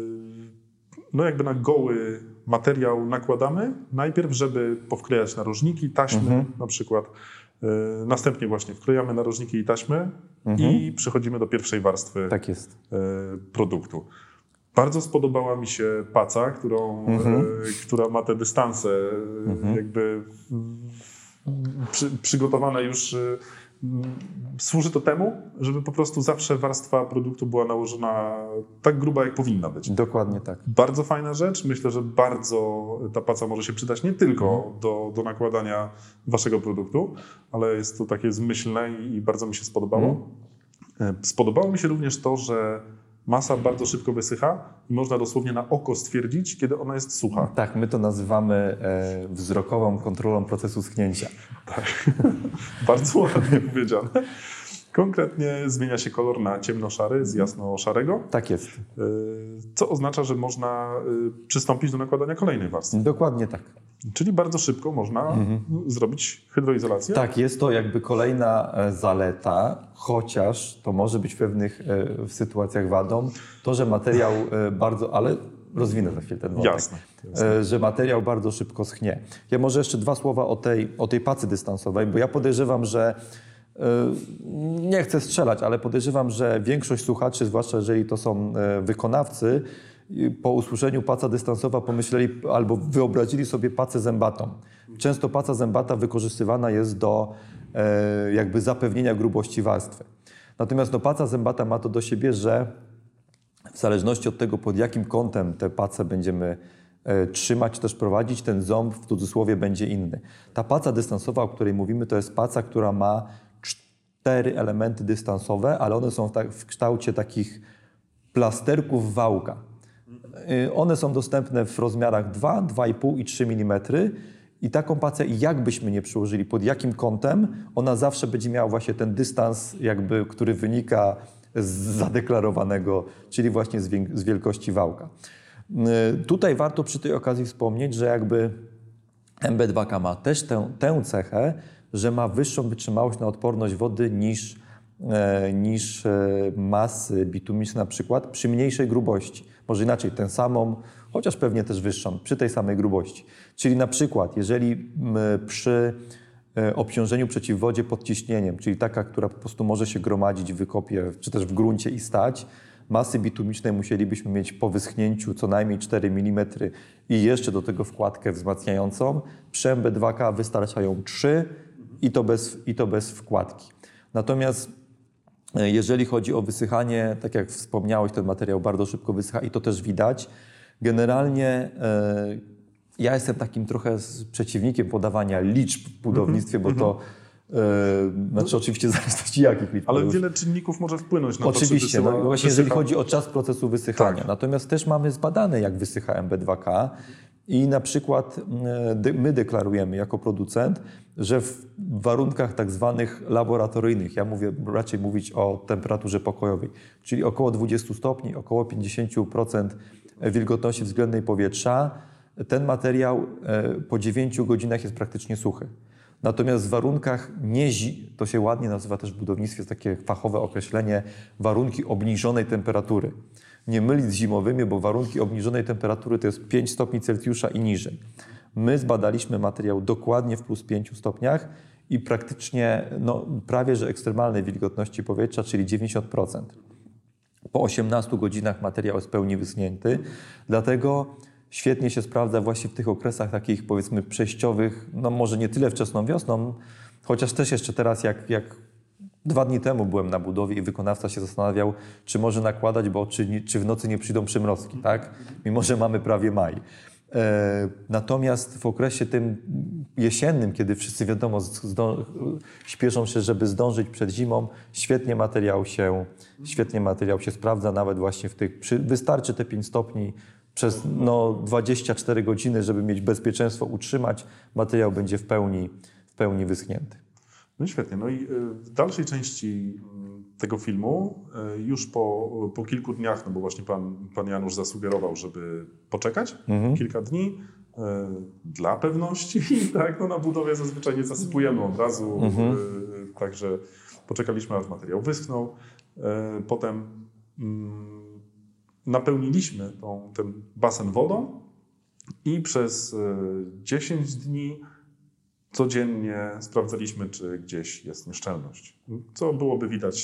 goły materiał nakładamy, najpierw, żeby powklejać narożniki, taśmy na przykład. Następnie właśnie wklejamy narożniki i taśmy i przechodzimy do pierwszej warstwy produktu. Bardzo spodobała mi się paca, która ma te dystanse jakby przygotowane już. Służy to temu, żeby po prostu zawsze warstwa produktu była nałożona tak gruba, jak powinna być. Dokładnie tak. Bardzo fajna rzecz. Myślę, że bardzo ta paca może się przydać nie tylko do nakładania waszego produktu, ale jest to takie zmyślne i bardzo mi się spodobało. Spodobało mi się również to, że masa bardzo szybko wysycha i można dosłownie na oko stwierdzić, kiedy ona jest sucha. Tak, my to nazywamy wzrokową kontrolą procesu schnięcia. Tak, bardzo ładnie powiedziane. Konkretnie zmienia się kolor na ciemnoszary z jasno-szarego, Tak jest. co oznacza, że można przystąpić do nakładania kolejnej warstwy. Dokładnie tak. Czyli bardzo szybko można zrobić hydroizolację. Tak, jest to jakby kolejna zaleta, chociaż to może być w pewnych sytuacjach wadą, to, że materiał ale rozwinę za chwilę ten wątek. Jasne. Że materiał bardzo szybko schnie. Ja może jeszcze 2 słowa o tej pacy dystansowej, bo ja podejrzewam, że nie chcę strzelać, ale podejrzewam, że większość słuchaczy, zwłaszcza jeżeli to są wykonawcy, po usłyszeniu paca dystansowa pomyśleli albo wyobrazili sobie pacę zębatą. Często paca zębata wykorzystywana jest do jakby zapewnienia grubości warstwy. Natomiast paca zębata ma to do siebie, że w zależności od tego, pod jakim kątem tę pacę będziemy trzymać, też prowadzić, ten ząb w cudzysłowie będzie inny. Ta paca dystansowa, o której mówimy, to jest paca, która ma 4 elementy dystansowe, ale one są w kształcie takich plasterków wałka. One są dostępne w rozmiarach 2, 2,5 i 3 mm. I taką pacę, jakbyśmy nie przyłożyli, pod jakim kątem, ona zawsze będzie miała właśnie ten dystans, jakby, który wynika z zadeklarowanego, czyli właśnie z wielkości wałka. Tutaj warto przy tej okazji wspomnieć, że jakby MB2K ma też tę cechę, że ma wyższą wytrzymałość na odporność wody niż masy bitumiczne na przykład przy mniejszej grubości. Może inaczej, tę samą, chociaż pewnie też wyższą, przy tej samej grubości. Czyli na przykład, jeżeli przy obciążeniu przeciw wodzie pod ciśnieniem, czyli taka, która po prostu może się gromadzić w wykopie, czy też w gruncie i stać, masy bitumicznej musielibyśmy mieć po wyschnięciu co najmniej 4 mm i jeszcze do tego wkładkę wzmacniającą. Przy MB2K wystarczają 3 i to bez wkładki. Natomiast jeżeli chodzi o wysychanie, tak jak wspomniałeś, ten materiał bardzo szybko wysycha i to też widać. Generalnie ja jestem takim trochę przeciwnikiem podawania liczb w budownictwie, bo to znaczy oczywiście w zależności jakich liczb. Ale wiele czynników może wpłynąć na to, oczywiście, czy właśnie jeżeli chodzi o czas procesu wysychania. Tak. Natomiast też mamy zbadane, jak wysycha MB2K i na przykład my deklarujemy jako producent, że w warunkach tak zwanych laboratoryjnych, ja raczej mówić o temperaturze pokojowej, czyli około 20 stopni, około 50% wilgotności względnej powietrza, ten materiał po 9 godzinach jest praktycznie suchy. Natomiast w warunkach to się ładnie nazywa też w budownictwie, jest takie fachowe określenie, warunki obniżonej temperatury. Nie mylić z zimowymi, bo warunki obniżonej temperatury to jest 5 stopni Celsjusza i niżej. My zbadaliśmy materiał dokładnie w plus 5 stopniach i praktycznie prawie że ekstremalnej wilgotności powietrza, czyli 90%. Po 18 godzinach materiał jest w pełni wyschnięty, dlatego świetnie się sprawdza właśnie w tych okresach takich, powiedzmy, przejściowych, może nie tyle wczesną wiosną, chociaż też jeszcze teraz jak 2 dni temu byłem na budowie i wykonawca się zastanawiał, czy może nakładać, bo czy w nocy nie przyjdą przymrozki, tak? Mimo że mamy prawie maj. Natomiast w okresie tym jesiennym, kiedy wszyscy wiadomo śpieszą się, żeby zdążyć przed zimą, świetnie materiał się sprawdza, nawet właśnie wystarczy te 5 stopni przez 24 godziny, żeby mieć bezpieczeństwo utrzymać, materiał będzie w pełni wyschnięty. No i świetnie. No i w dalszej części tego filmu, już po kilku dniach, no bo właśnie pan Janusz zasugerował, żeby poczekać kilka dni dla pewności. Tak, na budowie zazwyczaj nie zasypujemy od razu, także poczekaliśmy, aż materiał wyschnął. Potem napełniliśmy ten basen wodą i przez 10 dni codziennie sprawdzaliśmy, czy gdzieś jest nieszczelność, co byłoby widać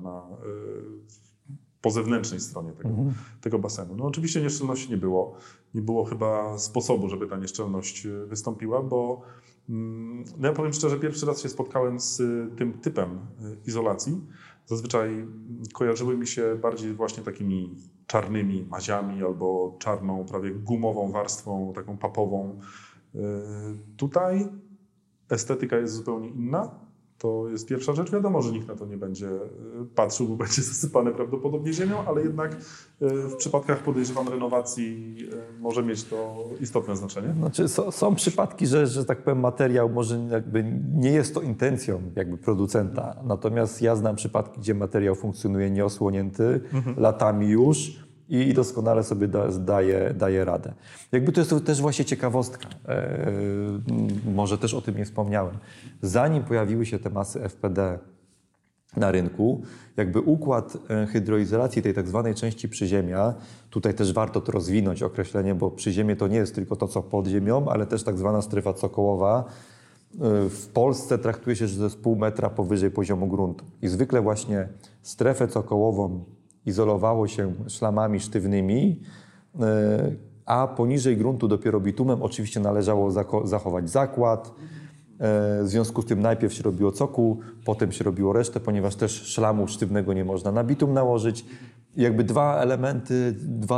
po zewnętrznej stronie tego basenu. No oczywiście nieszczelności nie było. Nie było chyba sposobu, żeby ta nieszczelność wystąpiła, bo ja powiem szczerze, pierwszy raz się spotkałem z tym typem izolacji. Zazwyczaj kojarzyły mi się bardziej właśnie takimi czarnymi maziami albo czarną, prawie gumową warstwą, taką papową. Tutaj estetyka jest zupełnie inna. To jest pierwsza rzecz. Wiadomo, że nikt na to nie będzie patrzył, bo będzie zasypane prawdopodobnie ziemią, ale jednak w przypadkach podejrzewam renowacji może mieć to istotne znaczenie. Znaczy, są przypadki, że tak powiem materiał może jakby nie jest to intencją jakby producenta, natomiast ja znam przypadki, gdzie materiał funkcjonuje nieosłonięty latami już i doskonale sobie daje radę. Jakby to jest też właśnie ciekawostka. Może też o tym nie wspomniałem. Zanim pojawiły się te masy FPD na rynku, jakby układ hydroizolacji tej tak zwanej części przyziemia, tutaj też warto to rozwinąć określenie, bo przyziemie to nie jest tylko to, co pod ziemią, ale też tak zwana strefa cokołowa. W Polsce traktuje się, że to jest pół metra powyżej poziomu gruntu. I zwykle właśnie strefę cokołową izolowało się szlamami sztywnymi, a poniżej gruntu dopiero bitumem oczywiście należało zachować zakład. W związku z tym najpierw się robiło cokół, potem się robiło resztę, ponieważ też szlamu sztywnego nie można na bitum nałożyć. I jakby dwa elementy,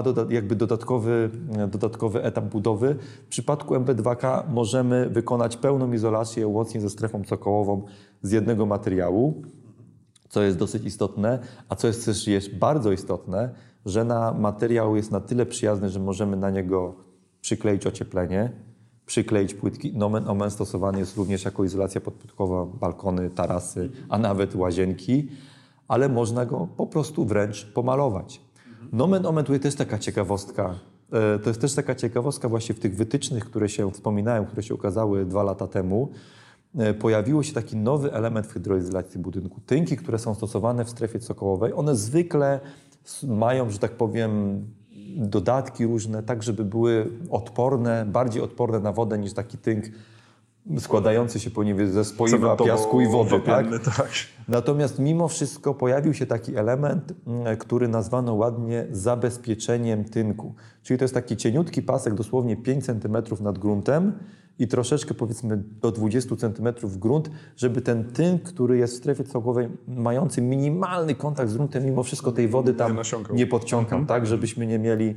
dodatkowy etap budowy. W przypadku MB2K możemy wykonać pełną izolację łącznie ze strefą cokołową z jednego materiału, co jest dosyć istotne, a co jest też bardzo istotne, że materiał jest na tyle przyjazny, że możemy na niego przykleić ocieplenie, przykleić płytki. Nomen omen stosowany jest również jako izolacja podpłytkowa, balkony, tarasy, a nawet łazienki, ale można go po prostu wręcz pomalować. Nomen omen tutaj też taka ciekawostka. To jest też taka ciekawostka właśnie w tych wytycznych, które się wspominałem, które się ukazały 2 lata temu. Pojawił się taki nowy element w hydroizolacji budynku. Tynki, które są stosowane w strefie cokołowej, one zwykle mają, że tak powiem, dodatki różne, tak żeby były odporne, bardziej odporne na wodę niż taki tynk składający się ze spoiwa, piasku i wody. Tak? Natomiast mimo wszystko pojawił się taki element, który nazwano ładnie zabezpieczeniem tynku. Czyli to jest taki cieniutki pasek, dosłownie 5 cm nad gruntem i troszeczkę powiedzmy do 20 cm w grunt, żeby ten tynk, który jest w strefie cokołowej, mający minimalny kontakt z gruntem, mimo wszystko tej wody tam nie podciągał, tak, żebyśmy nie mieli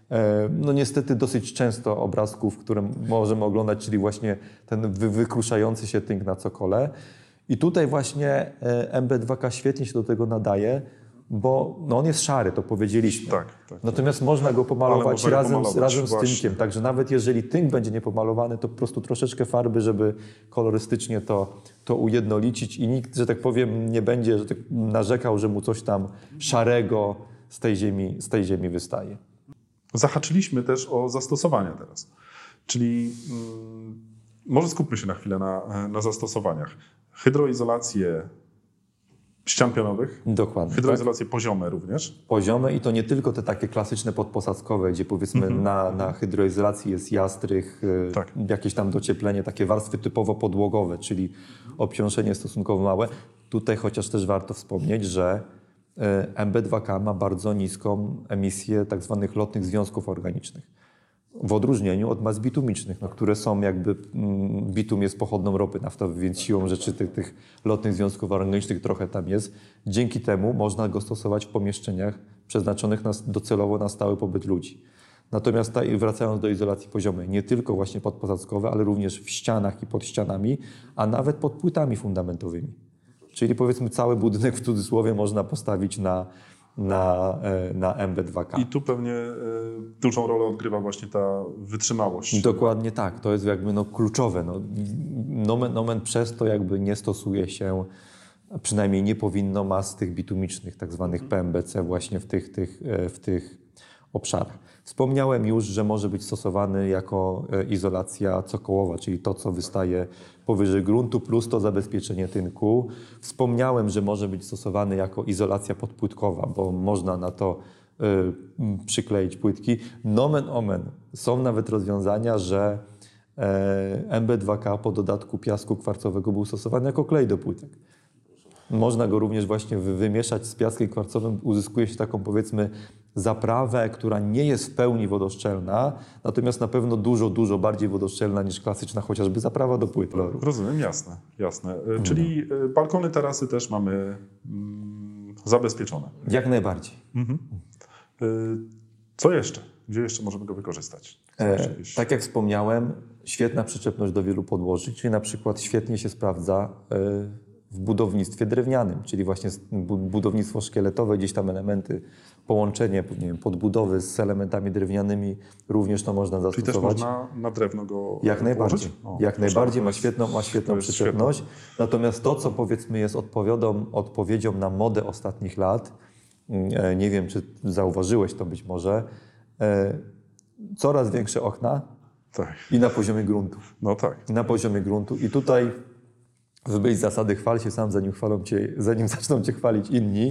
no niestety dosyć często obrazków, które możemy oglądać, czyli właśnie ten wykruszający się tynk na cokole. I tutaj właśnie MB2K świetnie się do tego nadaje, bo no on jest szary, to powiedzieliśmy. Tak. Natomiast można go pomalować razem z tynkiem. Także nawet jeżeli tynk będzie niepomalowany, to po prostu troszeczkę farby, żeby kolorystycznie to ujednolicić i nikt, że tak powiem, nie będzie narzekał, że mu coś tam szarego z tej ziemi wystaje. Zahaczyliśmy też o zastosowania teraz. Czyli może skupmy się na chwilę na zastosowaniach. Hydroizolację ścian pionowych. Dokładnie. Hydroizolacje poziome również. Poziome i to nie tylko te takie klasyczne podposadzkowe, gdzie powiedzmy na hydroizolacji jest jastrych, jakieś tam docieplenie, takie warstwy typowo podłogowe, czyli obciążenie stosunkowo małe. Tutaj chociaż też warto wspomnieć, że MB2K ma bardzo niską emisję tak zwanych lotnych związków organicznych. W odróżnieniu od mas bitumicznych, które są jakby, bitum jest pochodną ropy naftowej, więc siłą rzeczy tych lotnych związków organicznych trochę tam jest. Dzięki temu można go stosować w pomieszczeniach przeznaczonych docelowo na stały pobyt ludzi. Natomiast wracając do izolacji poziomej, nie tylko właśnie podposadzkowe, ale również w ścianach i pod ścianami, a nawet pod płytami fundamentowymi. Czyli powiedzmy cały budynek w cudzysłowie można postawić na MB2K. I tu pewnie dużą rolę odgrywa właśnie ta wytrzymałość. Dokładnie tak, to jest jakby kluczowe. Nomen omen przez to jakby nie stosuje się, przynajmniej nie powinno mas tych bitumicznych, tak zwanych PMBC właśnie w tych obszarach. Wspomniałem już, że może być stosowany jako izolacja cokołowa, czyli to, co wystaje powyżej gruntu, plus to zabezpieczenie tynku. Wspomniałem, że może być stosowany jako izolacja podpłytkowa, bo można na to przykleić płytki. Nomen omen. Są nawet rozwiązania, że MB2K po dodatku piasku kwarcowego był stosowany jako klej do płytek. Można go również właśnie wymieszać z piaskiem kwarcowym, uzyskuje się taką powiedzmy zaprawę, która nie jest w pełni wodoszczelna, natomiast na pewno dużo bardziej wodoszczelna niż klasyczna chociażby zaprawa do płyt loru. Rozumiem, jasne. Czyli balkony, tarasy też mamy zabezpieczone. Jak najbardziej. Co jeszcze? Gdzie jeszcze możemy go wykorzystać? Tak jak wspomniałem, świetna przyczepność do wielu podłoży, czyli na przykład świetnie się sprawdza w budownictwie drewnianym, czyli właśnie budownictwo szkieletowe, gdzieś tam elementy, połączenie, nie wiem, podbudowy z elementami drewnianymi, również to można Czyli zastosować. też można na drewno go Jak najbardziej. Jak najbardziej ma świetną przyczepność. Natomiast to, co powiedzmy jest odpowiedzią na modę ostatnich lat, nie wiem, czy zauważyłeś to być może, coraz większe okna Tak. i na poziomie gruntu. No tak. Na poziomie gruntu. I tutaj w myśl zasady chwal się sam, zanim zaczną cię chwalić inni.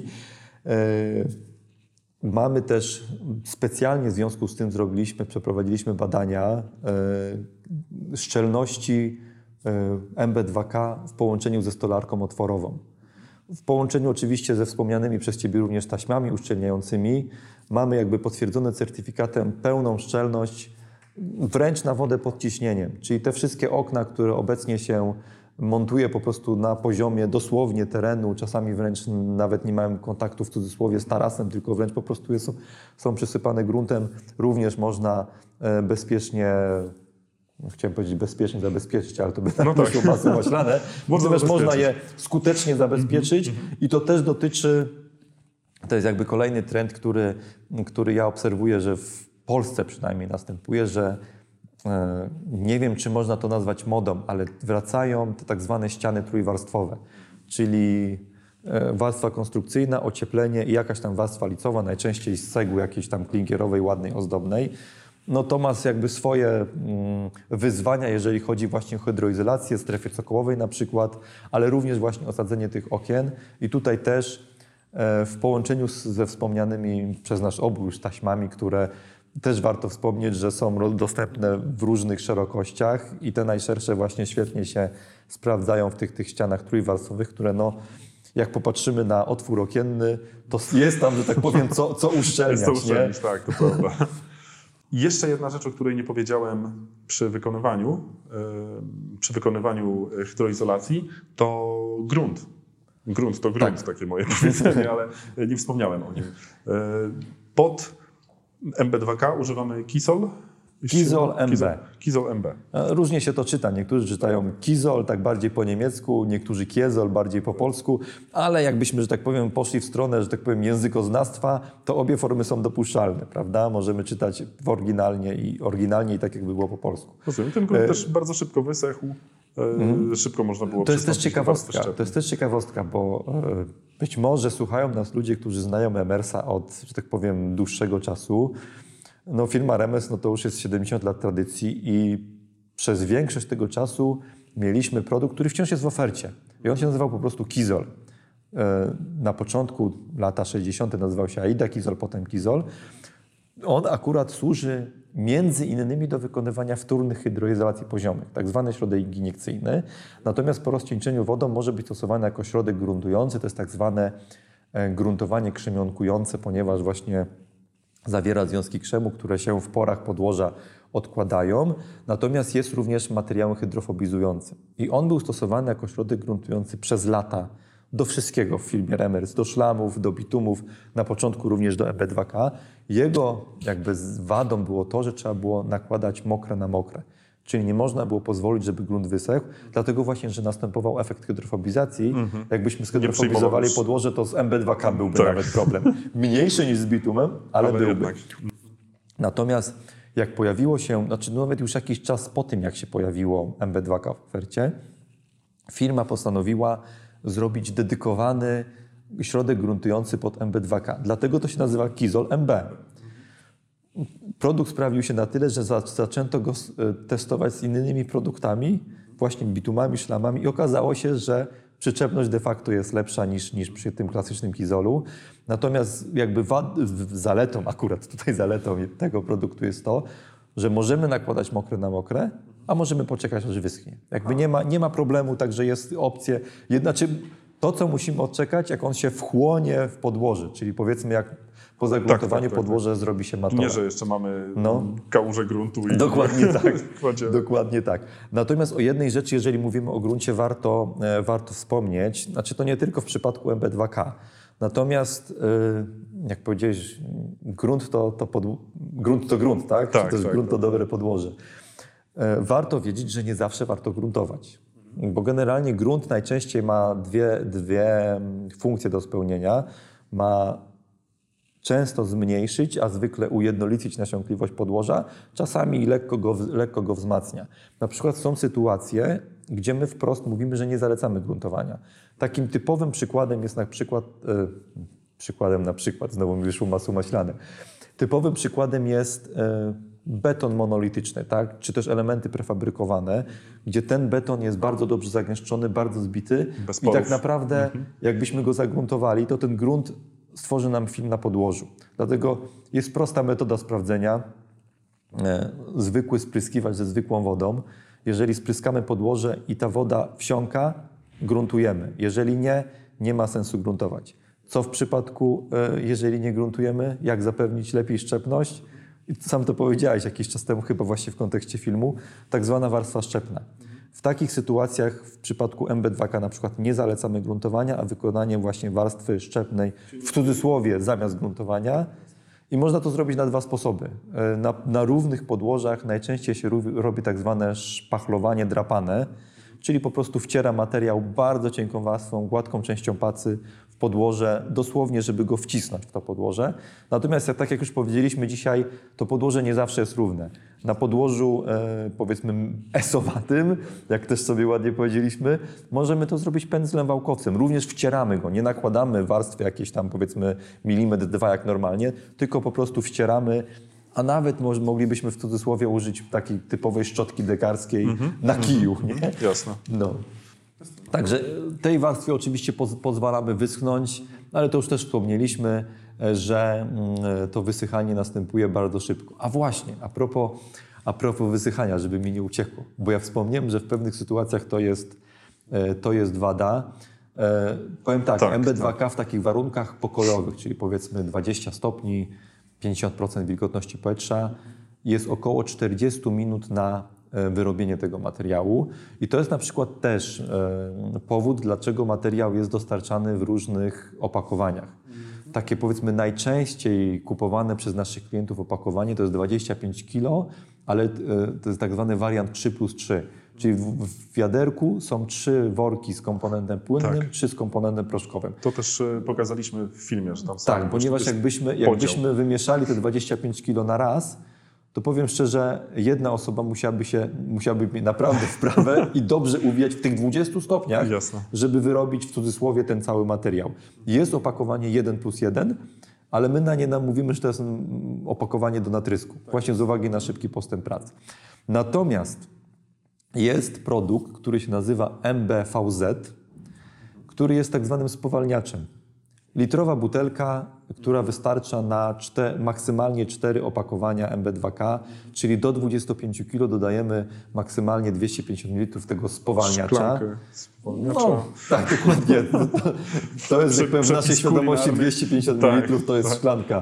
Mamy też specjalnie w związku z tym przeprowadziliśmy badania szczelności MB2K w połączeniu ze stolarką otworową. W połączeniu oczywiście ze wspomnianymi przez Ciebie również taśmami uszczelniającymi mamy jakby potwierdzone certyfikatem pełną szczelność wręcz na wodę pod ciśnieniem. Czyli te wszystkie okna, które obecnie się montuje po prostu na poziomie dosłownie terenu, czasami wręcz nawet nie mają kontaktu w cudzysłowie z tarasem, tylko wręcz po prostu są przysypane gruntem. również można bezpiecznie, chciałem powiedzieć bezpiecznie zabezpieczyć, ale to by tak wyszło masło maślane. Natomiast można je skutecznie zabezpieczyć i to też dotyczy, to jest jakby kolejny trend, który ja obserwuję, że w Polsce przynajmniej następuje, że nie wiem, czy można to nazwać modą, ale wracają te tak zwane ściany trójwarstwowe, czyli warstwa konstrukcyjna, ocieplenie i jakaś tam warstwa licowa, najczęściej z cegły jakiejś tam klinkierowej, ładnej, ozdobnej. No to ma jakby swoje wyzwania, jeżeli chodzi właśnie o hydroizolację, strefy cokołowej na przykład, ale również właśnie osadzenie tych okien i tutaj też w połączeniu ze wspomnianymi przez nasz obóz już taśmami, które też warto wspomnieć, że są dostępne w różnych szerokościach i te najszersze właśnie świetnie się sprawdzają w tych ścianach trójwarstwowych, które no, jak popatrzymy na otwór okienny, to jest tam, że tak powiem, co uszczelniać. Jest to uszczelnić, tak, to prawda. I jeszcze jedna rzecz, o której nie powiedziałem przy wykonywaniu hydroizolacji, to grunt. Grunt to grunt, tak. Takie moje powiedzenie, ale nie wspomniałem o nim. Pod MB2K używamy Kizol. Kizol MB. Kizol MB. Różnie się to czyta. Niektórzy czytają Kizol, tak bardziej po niemiecku, niektórzy Kiezol, bardziej po polsku, ale jakbyśmy, że tak powiem, poszli w stronę, że tak powiem, językoznawstwa, to obie formy są dopuszczalne, prawda? Możemy czytać oryginalnie i tak, jakby było po polsku. Rozumiem. Ten grunt też bardzo szybko wysechł. Szybko można było To jest też ciekawostka, bo być może słuchają nas ludzie, którzy znają Emersa od, że tak powiem, dłuższego czasu. No, firma Remers to już jest 70 lat tradycji i przez większość tego czasu mieliśmy produkt, który wciąż jest w ofercie. I on się nazywał po prostu Kizol. Na początku lata 60. nazywał się Aida Kizol, potem Kizol. On akurat służy między innymi do wykonywania wtórnych hydroizolacji poziomych, tak zwany środek iniekcyjny. Natomiast po rozcieńczeniu wodą może być stosowany jako środek gruntujący, to jest tak zwane gruntowanie krzemionkujące, ponieważ właśnie zawiera związki krzemu, które się w porach podłoża odkładają, natomiast jest również materiałem hydrofobizującym. I on był stosowany jako środek gruntujący przez lata do wszystkiego w firmie Remers, do szlamów, do bitumów, na początku również do MB2K. Jego jakby wadą było to, że trzeba było nakładać mokre na mokre. Czyli nie można było pozwolić, żeby grunt wysechł, dlatego właśnie, że następował efekt hydrofobizacji. Jakbyśmy zhydrofobizowali podłoże, to z MB2K byłby nawet problem. Mniejszy niż z bitumem, ale byłby. Jednak. Natomiast jak pojawiło się, nawet już jakiś czas po tym, jak się pojawiło MB2K w ofercie, firma postanowiła zrobić dedykowany środek gruntujący pod MB2K. Dlatego to się nazywa Kizol MB. Produkt sprawdził się na tyle, że zaczęto go testować z innymi produktami, właśnie bitumami, szlamami i okazało się, że przyczepność de facto jest lepsza niż przy tym klasycznym Kizolu. Natomiast jakby zaletą tego produktu jest to, że możemy nakładać mokre na mokre, a możemy poczekać, aż wyschnie. Jakby nie ma problemu, także jest opcja. To, co musimy odczekać, jak on się wchłonie w podłoże, czyli powiedzmy jak po zagruntowaniu podłoże zrobi się matowe. Nie, że jeszcze mamy kałużę gruntu. I Dokładnie tak. Dokładnie tak. Natomiast o jednej rzeczy, jeżeli mówimy o gruncie, warto wspomnieć. To nie tylko w przypadku MB2K. Natomiast, jak powiedziałeś, grunt to grunt, tak? Grunt to dobre podłoże. Warto wiedzieć, że nie zawsze warto gruntować. bo generalnie grunt najczęściej ma dwie funkcje do spełnienia. Ma często zmniejszyć, a zwykle ujednolicić nasiąkliwość podłoża, czasami lekko go wzmacnia. Na przykład są sytuacje, gdzie my wprost mówimy, że nie zalecamy gruntowania. Takim typowym przykładem jest znowu mi wyszło masło maślane. Typowym przykładem jest beton monolityczny, tak? Czy też elementy prefabrykowane, gdzie ten beton jest bardzo dobrze zagęszczony, bardzo zbity i tak naprawdę jakbyśmy go zagruntowali, to ten grunt stworzy nam film na podłożu. Dlatego jest prosta metoda sprawdzenia. Zwykły spryskiwacz ze zwykłą wodą. Jeżeli spryskamy podłoże i ta woda wsiąka, gruntujemy. Jeżeli nie, nie ma sensu gruntować. Co w przypadku, jeżeli nie gruntujemy? Jak zapewnić lepiej szczepność? Sam to powiedziałeś jakiś czas temu, chyba właśnie w kontekście filmu. Tak zwana warstwa szczepna. W takich sytuacjach w przypadku MB2K na przykład nie zalecamy gruntowania, a wykonanie właśnie warstwy szczepnej w cudzysłowie zamiast gruntowania. I można to zrobić na dwa sposoby. Na równych podłożach najczęściej się robi tak zwane szpachlowanie drapane, czyli po prostu wciera materiał bardzo cienką warstwą, gładką częścią pacy w podłoże, dosłownie, żeby go wcisnąć w to podłoże. Natomiast, tak jak już powiedzieliśmy dzisiaj, to podłoże nie zawsze jest równe. Na podłożu, powiedzmy, esowatym, jak też sobie ładnie powiedzieliśmy, możemy to zrobić pędzlem wałkowcem. Również wcieramy go, nie nakładamy warstwy jakieś tam, powiedzmy, milimetr, dwa jak normalnie, tylko po prostu wcieramy. A nawet moglibyśmy w cudzysłowie użyć takiej typowej szczotki dekarskiej na kiju, nie? Jasne. No. Także tej warstwie oczywiście pozwalamy wyschnąć, ale to już też wspomnieliśmy, że to wysychanie następuje bardzo szybko. A właśnie, a propos wysychania, żeby mi nie uciekło, bo ja wspomniałem, że w pewnych sytuacjach to jest wada. Powiem tak, MB2K w takich warunkach pokojowych, czyli powiedzmy 20 stopni, 50% wilgotności powietrza, jest około 40 minut na wyrobienie tego materiału. I to jest na przykład też powód, dlaczego materiał jest dostarczany w różnych opakowaniach. Takie powiedzmy najczęściej kupowane przez naszych klientów opakowanie to jest 25 kg, ale to jest tak zwany wariant 3+3. Czyli w wiaderku są 3 worki z komponentem płynnym, 3 z komponentem proszkowym. To też pokazaliśmy w filmie, że tam tak, ponieważ jakbyśmy wymieszali te 25 kg na raz, to powiem szczerze, jedna osoba musiałaby mieć naprawdę wprawę i dobrze uwijać w tych 20 stopniach, żeby wyrobić w cudzysłowie ten cały materiał. Jest opakowanie 1+1, ale my na nie mówimy, że to jest opakowanie do natrysku, właśnie z uwagi na szybki postęp pracy. Natomiast jest produkt, który się nazywa MBVZ, który jest tak zwanym spowalniaczem. Litrowa butelka, która wystarcza na maksymalnie 4 opakowania MB2K, czyli do 25 kg dodajemy maksymalnie 250 ml tego spowalniacza. No, tak, dokładnie. To jest jakby w naszej świadomości 250 ml to jest szklanka.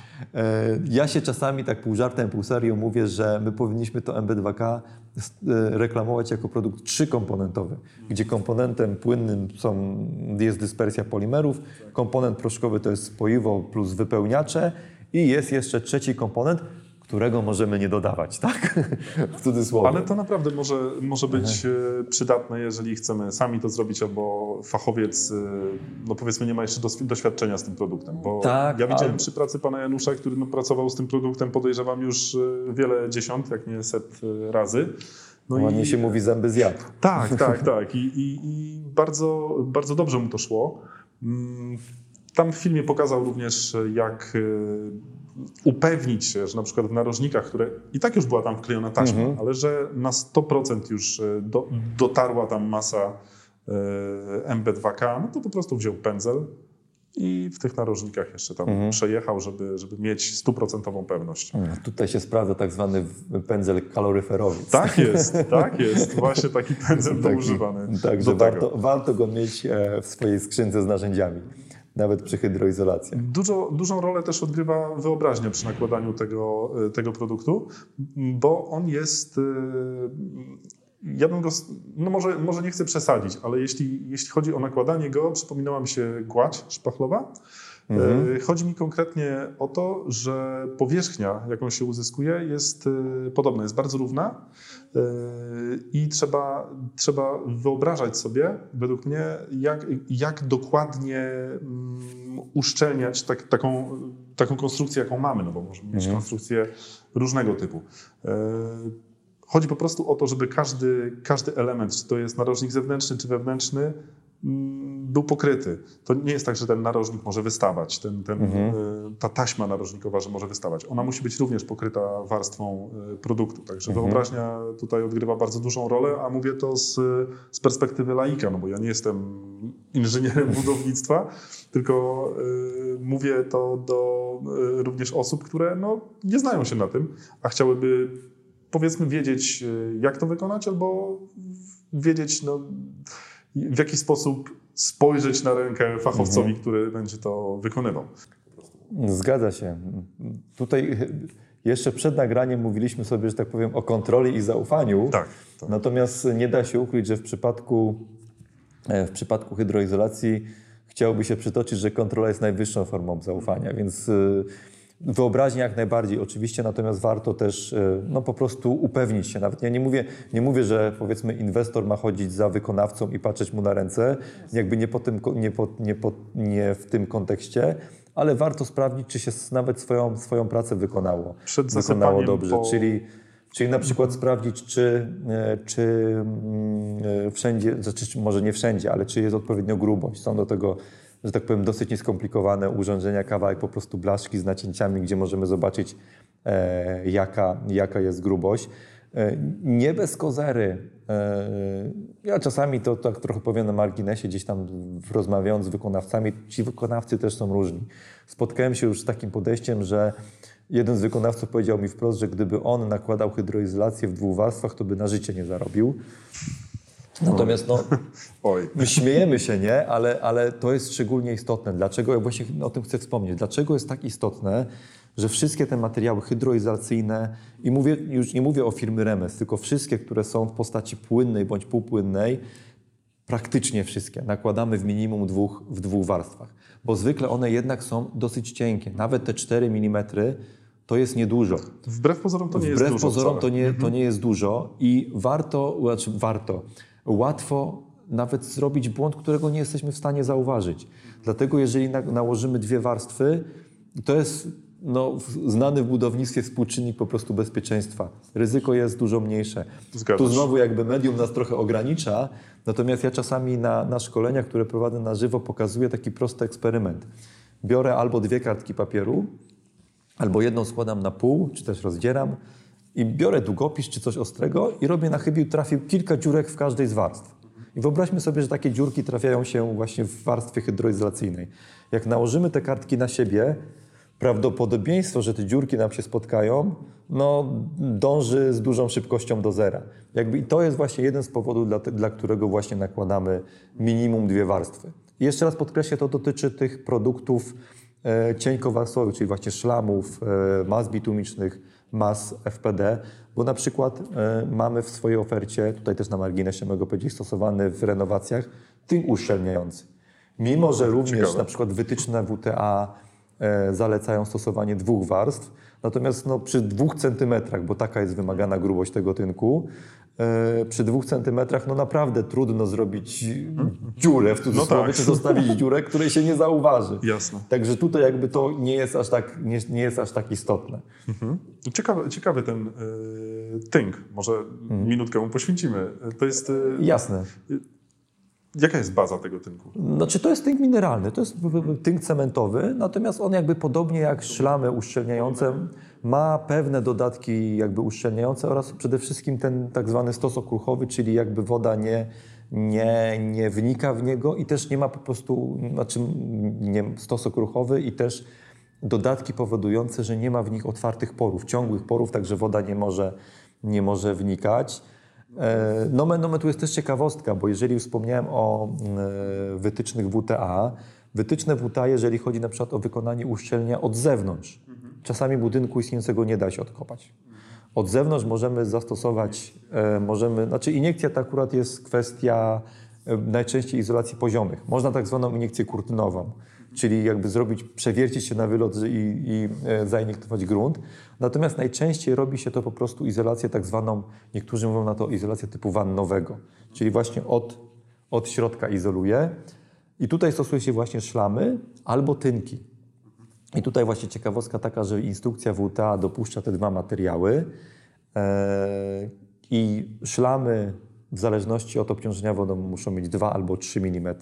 Ja się czasami tak pół żartem, pół serio mówię, że my powinniśmy to MB2K reklamować jako produkt 3-komponentowy, gdzie komponentem płynnym jest dyspersja polimerów, komponent proszkowy to jest spoiwo plus wypełniacze i jest jeszcze trzeci komponent, którego możemy nie dodawać, tak? W cudzysłowie. Ale to naprawdę może być przydatne, jeżeli chcemy sami to zrobić, albo fachowiec, no powiedzmy, nie ma jeszcze doświadczenia z tym produktem. Bo ja widziałem przy pracy pana Janusza, który pracował z tym produktem, podejrzewam już wiele dziesiąt, jak nie set razy. No ładnie się mówi, zęby zjadł. Tak. I bardzo, bardzo dobrze mu to szło. Tam w filmie pokazał również, jak upewnić się, że na przykład w narożnikach, które i tak już była tam wklejona taśma, ale że na 100% już dotarła tam masa MB2K, no to po prostu wziął pędzel i w tych narożnikach jeszcze tam przejechał, żeby mieć 100% pewność. Tutaj się sprawdza tak zwany pędzel kaloryferowiec. Tak jest. Właśnie taki pędzel był używany. Także warto go mieć w swojej skrzynce z narzędziami. Nawet przy hydroizolacji. Dużą rolę też odgrywa wyobraźnia przy nakładaniu tego produktu, bo on jest, ja bym go, no może nie chcę przesadzić, ale jeśli chodzi o nakładanie go, przypominała mi się gładź szpachlowa, Chodzi mi konkretnie o to, że powierzchnia, jaką się uzyskuje, jest podobna, jest bardzo równa i trzeba wyobrażać sobie, według mnie, jak dokładnie uszczelniać taką konstrukcję, jaką mamy, no bo możemy mieć konstrukcję różnego typu. Chodzi po prostu o to, żeby każdy element, czy to jest narożnik zewnętrzny, czy wewnętrzny, był pokryty. To nie jest tak, że ten narożnik może wystawać, ta taśma narożnikowa, że może wystawać. Ona musi być również pokryta warstwą produktu. Także wyobraźnia tutaj odgrywa bardzo dużą rolę, a mówię to z perspektywy laika, no bo ja nie jestem inżynierem budownictwa, tylko mówię to do również osób, które nie znają się na tym, a chciałyby, powiedzmy, wiedzieć, jak to wykonać, albo wiedzieć, w jaki sposób spojrzeć na rękę fachowcowi, który będzie to wykonywał. Zgadza się. Tutaj jeszcze przed nagraniem mówiliśmy sobie, że tak powiem, o kontroli i zaufaniu. Tak. Natomiast nie da się ukryć, że w przypadku hydroizolacji chciałoby się przytoczyć, że kontrola jest najwyższą formą zaufania, więc wyobraźnia jak najbardziej oczywiście, natomiast warto też po prostu upewnić się. Nawet ja nie mówię, że powiedzmy inwestor ma chodzić za wykonawcą i patrzeć mu na ręce, jakby nie w tym kontekście, ale warto sprawdzić, czy się nawet swoją pracę wykonało dobrze. Czyli na przykład sprawdzić, czy wszędzie, znaczy może nie wszędzie, ale czy jest odpowiednio grubość. Są do tego, że tak powiem, dosyć nieskomplikowane urządzenia, kawałek po prostu blaszki z nacięciami, gdzie możemy zobaczyć, jaka jest grubość. Nie bez kozery. Ja czasami to tak trochę powiem na marginesie, gdzieś tam rozmawiając z wykonawcami, ci wykonawcy też są różni. Spotkałem się już z takim podejściem, że jeden z wykonawców powiedział mi wprost, że gdyby on nakładał hydroizolację w 2 warstwach, to by na życie nie zarobił. Natomiast my śmiejemy się, nie? Ale to jest szczególnie istotne. Dlaczego? Ja właśnie o tym chcę wspomnieć. Dlaczego jest tak istotne, że wszystkie te materiały hydroizolacyjne, i już nie mówię o firmy Remes, tylko wszystkie, które są w postaci płynnej bądź półpłynnej, praktycznie wszystkie nakładamy w minimum w 2 warstwach. Bo zwykle one jednak są dosyć cienkie. Nawet te 4 mm to jest niedużo. Wbrew pozorom to nie jest dużo. Wbrew pozorom to nie jest dużo i łatwo nawet zrobić błąd, którego nie jesteśmy w stanie zauważyć. Dlatego jeżeli nałożymy 2 warstwy, to jest znany w budownictwie współczynnik po prostu bezpieczeństwa. Ryzyko jest dużo mniejsze. Tu znowu jakby medium nas trochę ogranicza, natomiast ja czasami na szkoleniach, które prowadzę na żywo, pokazuję taki prosty eksperyment. Biorę albo 2 kartki papieru, albo jedną składam na pół, czy też rozdzieram i biorę długopis czy coś ostrego i robię na chybił trafił kilka dziurek w każdej z warstw. I wyobraźmy sobie, że takie dziurki trafiają się właśnie w warstwie hydroizolacyjnej. Jak nałożymy te kartki na siebie, prawdopodobieństwo, że te dziurki nam się spotkają, dąży z dużą szybkością do zera. I to jest właśnie jeden z powodów, dla którego właśnie nakładamy minimum 2 warstwy. I jeszcze raz podkreślę, to dotyczy tych produktów cienkowarstwowych, czyli właśnie szlamów, mas bitumicznych, mas FPD, bo na przykład mamy w swojej ofercie, tutaj też na marginesie mogę powiedzieć, stosowany w renowacjach, tynk uszczelniający. Mimo że również na przykład wytyczne WTA zalecają stosowanie 2 warstw, natomiast przy 2 centymetrach, bo taka jest wymagana grubość tego tynku, przy 2 centymetrach naprawdę trudno zrobić dziurę w cudzysłowie, czy zostawić dziurę, której się nie zauważy. Jasne. Także tutaj jakby to nie jest aż tak istotne. Ciekawy ten tynk. Może minutkę mu poświęcimy. To jest... Jasne. Jaka jest baza tego tynku? Znaczy to jest tynk mineralny, to jest tynk cementowy, natomiast on jakby podobnie jak szlamy uszczelniające ma pewne dodatki jakby uszczelniające oraz przede wszystkim ten tak zwany stos okruchowy, czyli jakby woda nie wnika w niego i też nie ma po prostu, stos okruchowy i też dodatki powodujące, że nie ma w nich otwartych porów, ciągłych porów, także woda nie może wnikać. Nomen tu jest też ciekawostka, bo jeżeli już wspomniałem o wytycznych WTA, wytyczne WTA, jeżeli chodzi na przykład o wykonanie uszczelnienia od zewnątrz, czasami budynku istniejącego nie da się odkopać. Od zewnątrz możemy zastosować, iniekcja to akurat jest kwestia najczęściej izolacji poziomych. Można tak zwaną iniekcję kurtynową, czyli jakby przewiercić się na wylot i zainiektować grunt. Natomiast najczęściej robi się to po prostu izolację tak zwaną, niektórzy mówią na to izolację typu wannowego, czyli właśnie od środka izoluje. I tutaj stosuje się właśnie szlamy albo tynki. I tutaj właśnie ciekawostka taka, że instrukcja WTA dopuszcza te dwa materiały i szlamy w zależności od obciążenia wodą muszą mieć 2 albo 3 mm.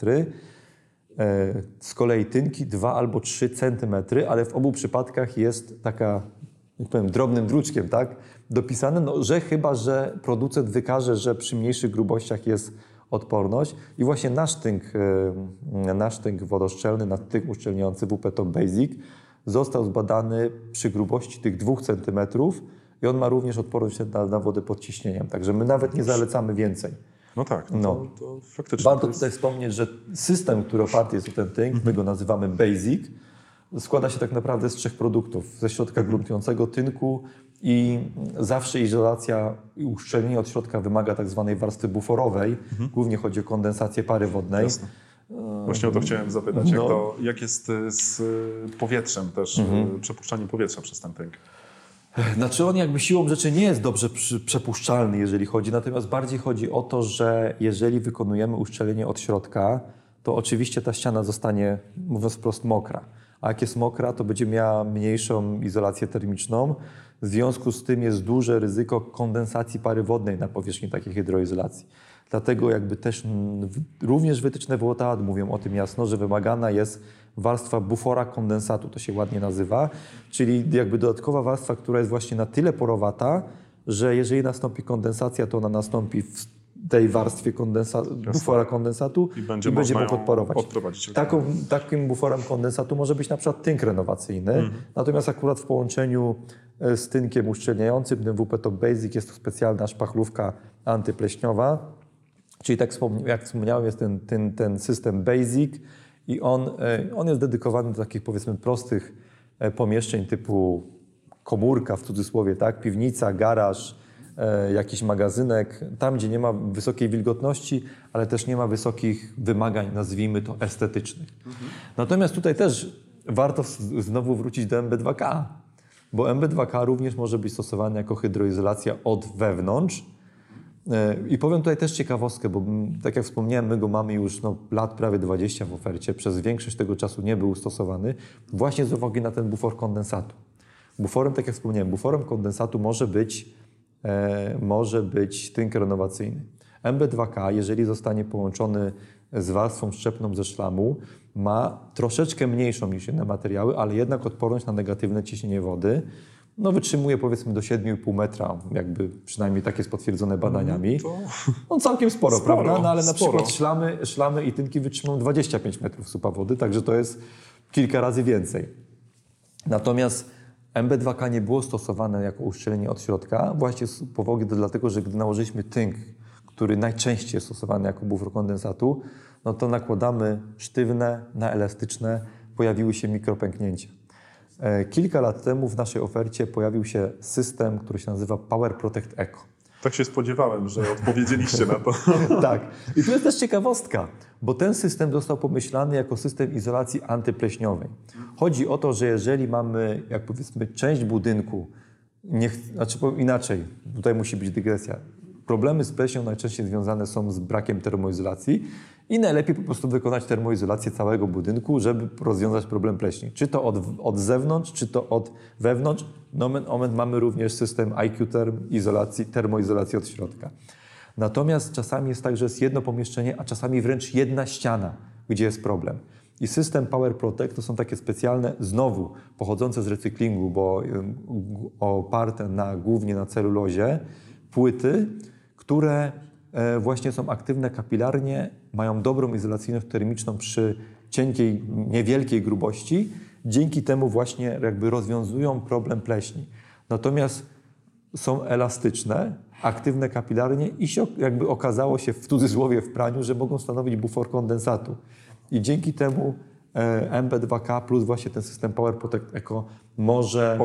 Z kolei tynki 2 albo 3 cm, ale w obu przypadkach jest taka, jak powiem, drobnym druczkiem, tak, dopisane, no, że chyba, że producent wykaże, że przy mniejszych grubościach jest odporność. I właśnie nasz tynk wodoszczelny, nasz tynk uszczelniający WP Top Basic został zbadany przy grubości tych 2 cm i on ma również odporność na wodę pod ciśnieniem. Także my nawet nie zalecamy więcej. No tak, to faktycznie. Warto tutaj wspomnieć, że system, który oparty jest o ten tynk, my go nazywamy Basic, składa się tak naprawdę z 3 produktów. Ze środka gruntującego, tynku i zawsze izolacja i uszczelnienie od środka wymaga tak zwanej warstwy buforowej. Głównie chodzi o kondensację pary wodnej. Jasne. Właśnie o to chciałem zapytać. Jak jest z powietrzem też, przepuszczaniem powietrza przez ten tynk? Znaczy on jakby siłą rzeczy nie jest dobrze przepuszczalny, jeżeli chodzi, natomiast bardziej chodzi o to, że jeżeli wykonujemy uszczelnienie od środka, to oczywiście ta ściana zostanie, mówiąc wprost, mokra. A jak jest mokra, to będzie miała mniejszą izolację termiczną. W związku z tym jest duże ryzyko kondensacji pary wodnej na powierzchni takiej hydroizolacji. Dlatego jakby też również wytyczne WTA mówią o tym jasno, że wymagana jest warstwa bufora kondensatu, to się ładnie nazywa, czyli jakby dodatkowa warstwa, która jest właśnie na tyle porowata, że jeżeli nastąpi kondensacja, to ona nastąpi w tej warstwie bufora kondensatu i będzie mógł odprowadzić. Takim buforem kondensatu może być na przykład tynk renowacyjny, natomiast akurat w połączeniu z tynkiem uszczelniającym, tym WP Top Basic, jest to specjalna szpachlówka antypleśniowa, czyli tak jak wspomniałem, jest ten system Basic i on jest dedykowany do takich, powiedzmy, prostych pomieszczeń typu komórka, w cudzysłowie, tak, piwnica, garaż, jakiś magazynek, tam gdzie nie ma wysokiej wilgotności, ale też nie ma wysokich wymagań, nazwijmy to, estetycznych. Natomiast tutaj też warto znowu wrócić do MB2K, bo MB2K również może być stosowany jako hydroizolacja od wewnątrz. I powiem tutaj też ciekawostkę, bo tak jak wspomniałem, my go mamy już lat prawie 20 w ofercie. Przez większość tego czasu nie był stosowany właśnie z uwagi na ten bufor kondensatu. Buforem, tak jak wspomniałem, buforem kondensatu może być tynk renowacyjny. MB2K, jeżeli zostanie połączony z warstwą szczepną ze szlamu, ma troszeczkę mniejszą niż inne materiały, ale jednak odporność na negatywne ciśnienie wody. Wytrzymuje powiedzmy do 7,5 metra, jakby przynajmniej tak jest potwierdzone badaniami. Całkiem sporo, prawda? No, ale na przykład szlamy i tynki wytrzymują 25 metrów supa wody, także to jest kilka razy więcej. Natomiast MB2K nie było stosowane jako uszczelnienie od środka, właśnie z powodu dlatego, że gdy nałożyliśmy tynk, który najczęściej jest stosowany jako bufor kondensatu, no to nakładamy sztywne na elastyczne, pojawiły się mikropęknięcia. Kilka lat temu w naszej ofercie pojawił się system, który się nazywa Power Protect Eco. Tak się spodziewałem, że odpowiedzieliście na to. Tak. I tu jest też ciekawostka, bo ten system został pomyślany jako system izolacji antypleśniowej. Chodzi o to, że jeżeli mamy, jak powiedzmy, część budynku, inaczej, tutaj musi być dygresja. Problemy z pleśnią najczęściej związane są z brakiem termoizolacji i najlepiej po prostu wykonać termoizolację całego budynku, żeby rozwiązać problem pleśni. Czy to od zewnątrz, czy to od wewnątrz. Nomen omen mamy również system IQ termoizolacji od środka. Natomiast czasami jest tak, że jest jedno pomieszczenie, a czasami wręcz jedna ściana, gdzie jest problem. I system Power Protect to są takie specjalne, znowu pochodzące z recyklingu, bo oparte głównie na celulozie, płyty, które właśnie są aktywne kapilarnie, mają dobrą izolacyjność termiczną przy cienkiej, niewielkiej grubości. Dzięki temu właśnie jakby rozwiązują problem pleśni. Natomiast są elastyczne, aktywne kapilarnie i jakby okazało się w cudzysłowie w praniu, że mogą stanowić bufor kondensatu. I dzięki temu MB2K plus właśnie ten system Power Protect Eco może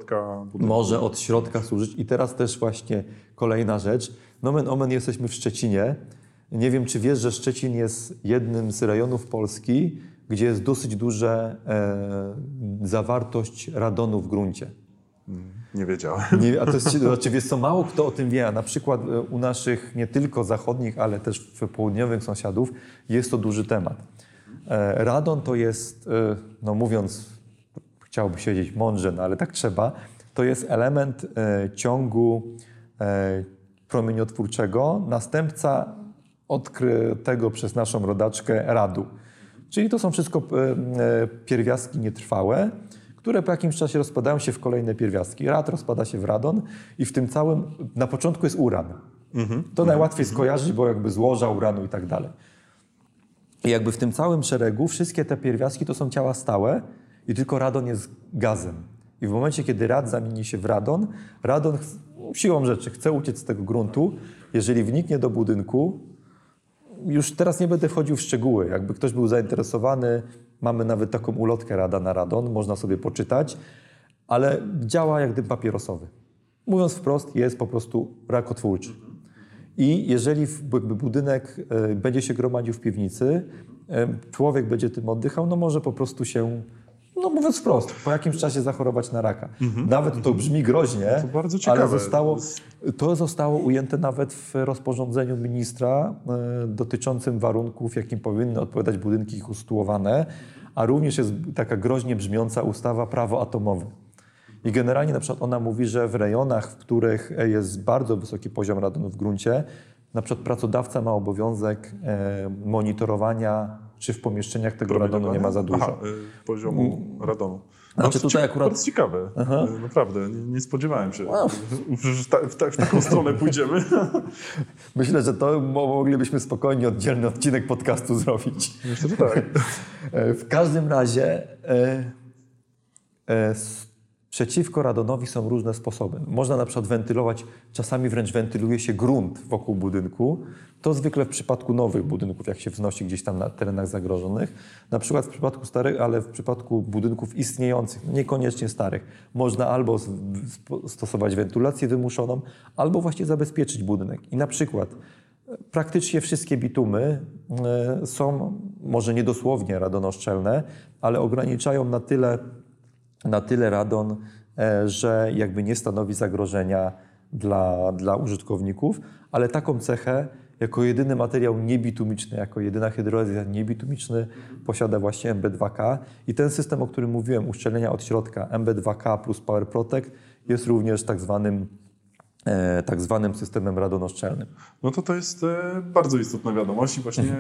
od środka służyć. I teraz też właśnie kolejna rzecz. Nomen omen jesteśmy w Szczecinie. Nie wiem, czy wiesz, że Szczecin jest jednym z rejonów Polski, gdzie jest dosyć duża zawartość radonu w gruncie. Nie wiedziałem. Nie, a to jest, znaczy, wiesz co, mało kto o tym wie, a na przykład u naszych nie tylko zachodnich, ale też południowych sąsiadów jest to duży temat. Radon to jest, no mówiąc, chciałbym siedzieć mądrze, no ale tak trzeba, to jest element ciągu promieniotwórczego, następca odkrytego przez naszą rodaczkę radu. Czyli to są wszystko pierwiastki nietrwałe, które po jakimś czasie rozpadają się w kolejne pierwiastki. Rad rozpada się w radon i w tym całym, na początku jest uran. To najłatwiej skojarzyć, bo jakby złoża uranu i tak dalej. I jakby w tym całym szeregu wszystkie te pierwiastki to są ciała stałe i tylko radon jest gazem. I w momencie, kiedy rad zamieni się w radon siłą rzeczy chce uciec z tego gruntu. Jeżeli wniknie do budynku, już teraz nie będę wchodził w szczegóły. Jakby ktoś był zainteresowany, mamy nawet taką ulotkę Rada na radon, można sobie poczytać, ale działa jak dym papierosowy. Mówiąc wprost, jest po prostu rakotwórczy. I jeżeli jakby budynek będzie się gromadził w piwnicy, człowiek będzie tym oddychał, no może po prostu się, no mówiąc wprost, po jakimś czasie zachorować na raka. Nawet to brzmi groźnie, To bardzo ciekawe. ale to zostało ujęte nawet w rozporządzeniu ministra dotyczącym warunków, jakim powinny odpowiadać budynki usytuowane, a również jest taka groźnie brzmiąca ustawa Prawo atomowe. I generalnie na przykład ona mówi, że w rejonach, w których jest bardzo wysoki poziom radonu w gruncie, na przykład pracodawca ma obowiązek monitorowania, czy w pomieszczeniach tego radonu nie ma za dużo. Poziomu radonu. Znaczy tutaj akurat... Bardzo ciekawe. Naprawdę, nie spodziewałem się, że w taką stronę pójdziemy. Myślę, że to moglibyśmy spokojnie oddzielny odcinek podcastu zrobić. Myślę, że tak. W każdym razie przeciwko radonowi są różne sposoby. Można na przykład wentylować, czasami wręcz wentyluje się grunt wokół budynku. To zwykle w przypadku nowych budynków, jak się wznosi gdzieś tam na terenach zagrożonych. Na przykład w przypadku starych, ale w przypadku budynków istniejących, niekoniecznie starych, można albo stosować wentylację wymuszoną, albo właśnie zabezpieczyć budynek. I na przykład praktycznie wszystkie bitumy są, może nie dosłownie radonoszczelne, ale ograniczają na tyle radon, że jakby nie stanowi zagrożenia dla użytkowników, ale taką cechę jako jedyny materiał niebitumiczny, jako jedyna hydrolizat niebitumiczny posiada właśnie MB2K i ten system, o którym mówiłem, uszczelnienia od środka MB2K plus Power Protect jest również tak zwanym systemem radonoszczelnym. No to jest bardzo istotna wiadomość i właśnie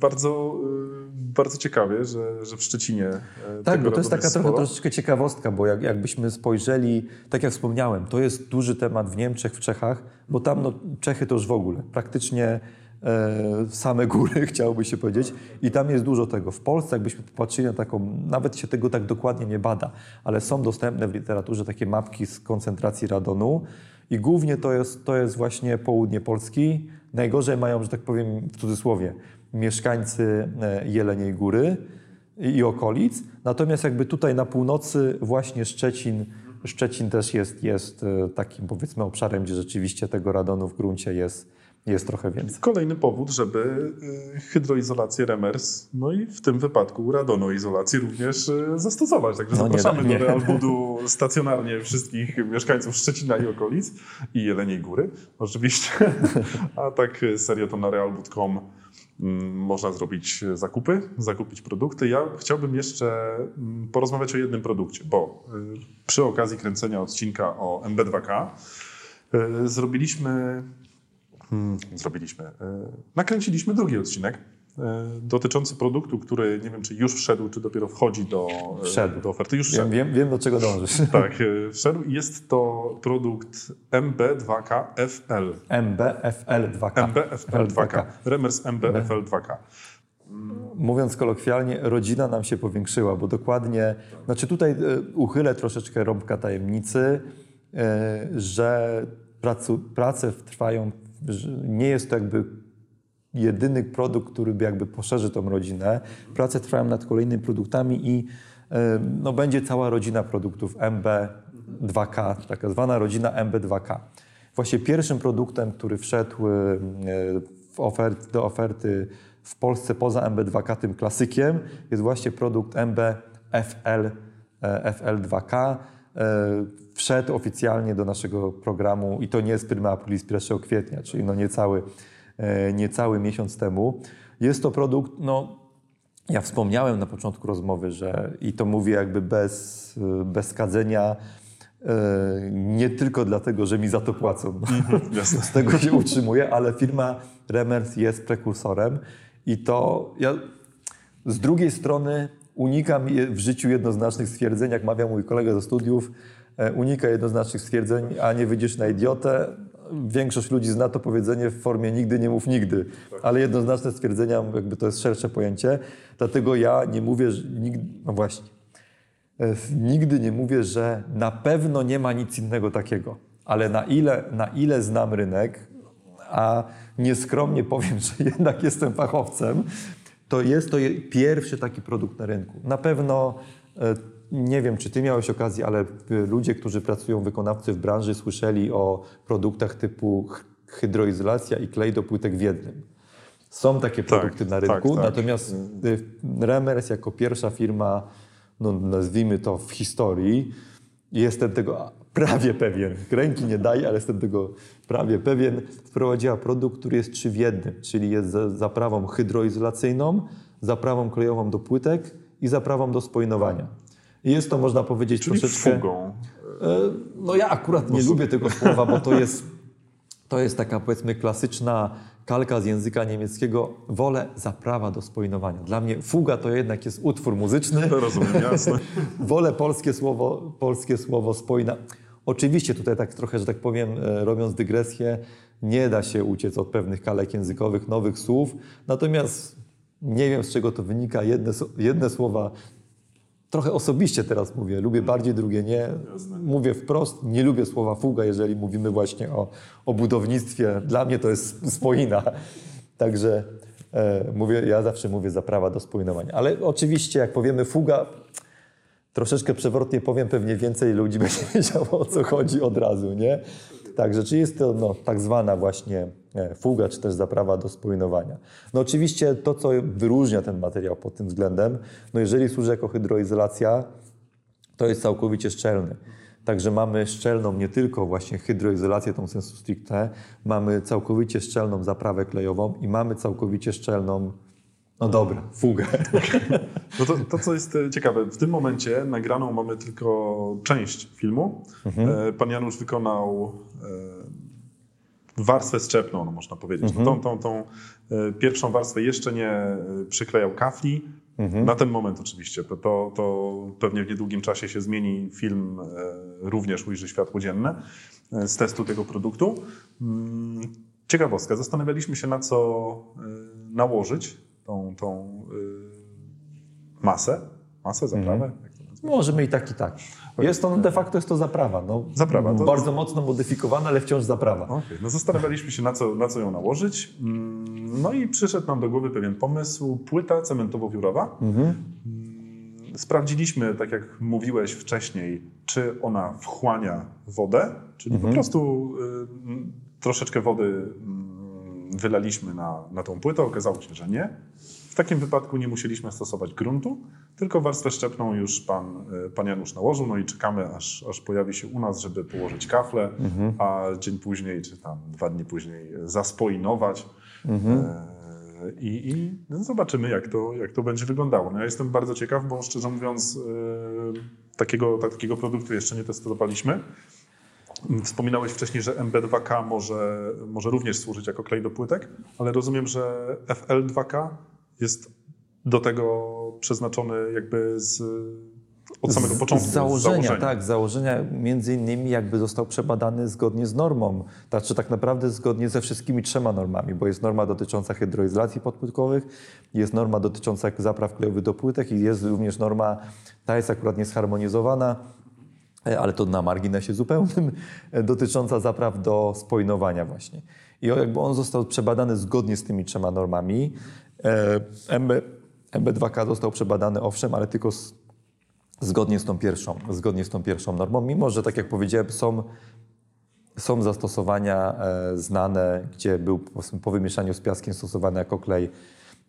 bardzo ciekawie, że w Szczecinie tak, bo to jest taka troszeczkę ciekawostka, bo jakbyśmy spojrzeli, tak jak wspomniałem, to jest duży temat w Niemczech, w Czechach, bo tam Czechy to już w ogóle, praktycznie same góry, chciałoby się powiedzieć, i tam jest dużo tego. W Polsce, jakbyśmy popatrzyli na taką, nawet się tego tak dokładnie nie bada, ale są dostępne w literaturze takie mapki z koncentracji radonu i głównie to jest właśnie południe Polski. Najgorzej mają, że tak powiem w cudzysłowie, mieszkańcy Jeleniej Góry i okolic. Natomiast jakby tutaj na północy właśnie Szczecin też jest takim, powiedzmy, obszarem, gdzie rzeczywiście tego radonu w gruncie jest trochę więcej. Kolejny powód, żeby hydroizolację Remers, no i w tym wypadku radonoizolację również zastosować. Także zapraszamy do Realbudu stacjonarnie wszystkich mieszkańców Szczecina i okolic i Jeleniej Góry oczywiście. A tak serio to na realbud.com można zrobić zakupić produkty. Ja chciałbym jeszcze porozmawiać o jednym produkcie, bo przy okazji kręcenia odcinka o MB2K nakręciliśmy drugi odcinek dotyczący produktu, który nie wiem, czy już wszedł, czy dopiero wchodzi do oferty. Już wszedł. Wiem, do czego dążysz. Tak, wszedł. Jest to produkt MB2KFL. MBFL2K. Remers MBFL2K. Mówiąc kolokwialnie, rodzina nam się powiększyła, bo dokładnie, znaczy tutaj uchylę troszeczkę rąbka tajemnicy, że prace trwają, nie jest to jakby jedyny produkt, który by jakby poszerzy tą rodzinę. Prace trwają nad kolejnymi produktami i będzie cała rodzina produktów MB2K, taka zwana rodzina MB2K. Właśnie pierwszym produktem, który wszedł do oferty w Polsce poza MB2K tym klasykiem jest właśnie produkt FL2K. Wszedł oficjalnie do naszego programu i to nie jest 1 aprilis, 1 kwietnia, czyli no niecały miesiąc temu. Jest to produkt, no ja wspomniałem na początku rozmowy, że i to mówię jakby bez skadzenia, nie tylko dlatego, że mi za to płacą, z tego się utrzymuję, ale firma Remers jest prekursorem i to ja z drugiej strony unikam w życiu jednoznacznych stwierdzeń, jak mawia mój kolega ze studiów, unika jednoznacznych stwierdzeń, a nie wyjdziesz na idiotę. Większość ludzi zna to powiedzenie w formie nigdy nie mów nigdy, ale jednoznaczne stwierdzenia, jakby to jest szersze pojęcie, dlatego ja nie mówię, że no właśnie, nigdy nie mówię, że na pewno nie ma nic innego takiego, ale na ile znam rynek, a nieskromnie powiem, że jednak jestem fachowcem, to jest to pierwszy taki produkt na rynku. Na pewno, nie wiem, czy ty miałeś okazję, ale ludzie, którzy pracują, wykonawcy w branży, słyszeli o produktach typu hydroizolacja i klej do płytek w jednym. Są takie produkty na rynku, natomiast Remers jako pierwsza firma, no nazwijmy to w historii, jestem tego prawie pewien, ręki nie daję, ale jestem tego prawie pewien, wprowadziła produkt, który jest 3 w 1, czyli jest zaprawą hydroizolacyjną, zaprawą klejową do płytek i zaprawą do spojnowania. I jest to, można powiedzieć, czyli troszeczkę... fugą. No ja akurat nie lubię tego słowa, bo to jest taka, powiedzmy, klasyczna kalka z języka niemieckiego. Wolę zaprawa do spojnowania. Dla mnie fuga to jednak jest utwór muzyczny. To rozumiem, jasne. Wolę polskie słowo spojna. Oczywiście tutaj tak trochę, że tak powiem, robiąc dygresję, nie da się uciec od pewnych kalek językowych, nowych słów. Natomiast nie wiem, z czego to wynika. Jedne słowa, trochę osobiście teraz mówię, lubię bardziej, drugie nie. Mówię wprost, nie lubię słowa fuga, jeżeli mówimy właśnie o budownictwie. Dla mnie to jest spojina. Także ja zawsze mówię zaprawa do spojnowania. Ale oczywiście jak powiemy fuga, troszeczkę przewrotnie powiem, pewnie więcej ludzi będzie wiedziało, o co chodzi od razu, nie? Także czy jest to tak zwana właśnie fuga, czy też zaprawa do spojnowania. No oczywiście to, co wyróżnia ten materiał pod tym względem, no jeżeli służy jako hydroizolacja, to jest całkowicie szczelny. Także mamy szczelną nie tylko właśnie hydroizolację, tą sensu stricte, mamy całkowicie szczelną zaprawę klejową i mamy całkowicie szczelną, no dobra, fugę. No to co jest ciekawe, w tym momencie nagraną mamy tylko część filmu. Pan Janusz wykonał warstwę strzepną, no można powiedzieć. Tą pierwszą warstwę jeszcze nie przyklejał kafli. Na ten moment oczywiście. To pewnie w niedługim czasie się zmieni. Film również ujrzy światło dzienne z testu tego produktu. Ciekawostka. Zastanawialiśmy się, na co nałożyć tą masę, zaprawę. Możemy i tak, i tak. Jest to, de facto jest to zaprawa. No, zaprawa. To... Bardzo mocno modyfikowana, ale wciąż zaprawa. Okay. No zastanawialiśmy się, na co ją nałożyć. No i przyszedł nam do głowy pewien pomysł. Płyta cementowo-wiórowa. Sprawdziliśmy, tak jak mówiłeś wcześniej, czy ona wchłania wodę, czyli po prostu troszeczkę wody wylaliśmy na tą płytę. Okazało się, że nie. W takim wypadku nie musieliśmy stosować gruntu, tylko warstwę szczepną już pan Janusz nałożył, no i czekamy, aż pojawi się u nas, żeby położyć kafle, a dzień później, czy tam 2 dni później zaspoinować i zobaczymy, jak to będzie wyglądało. No ja jestem bardzo ciekaw, bo szczerze mówiąc takiego produktu jeszcze nie testowaliśmy. Wspominałeś wcześniej, że MB2K może również służyć jako klej do płytek, ale rozumiem, że FL2K jest do tego przeznaczony jakby od samego początku. Z założenia. Tak, z założenia między innymi jakby został przebadany zgodnie z normą. Znaczy tak naprawdę zgodnie ze wszystkimi 3 normami, bo jest norma dotycząca hydroizolacji podpłytkowych, jest norma dotycząca zapraw klejowych do płytek i jest również norma, ta jest akurat niezharmonizowana, ale to na marginesie zupełnym, dotycząca zapraw do spojnowania właśnie. I jakby on został przebadany zgodnie z tymi 3 normami. MB2K został przebadany, owszem, ale tylko zgodnie z tą pierwszą normą, mimo że, tak jak powiedziałem, są zastosowania znane, gdzie był po wymieszaniu z piaskiem stosowany jako klej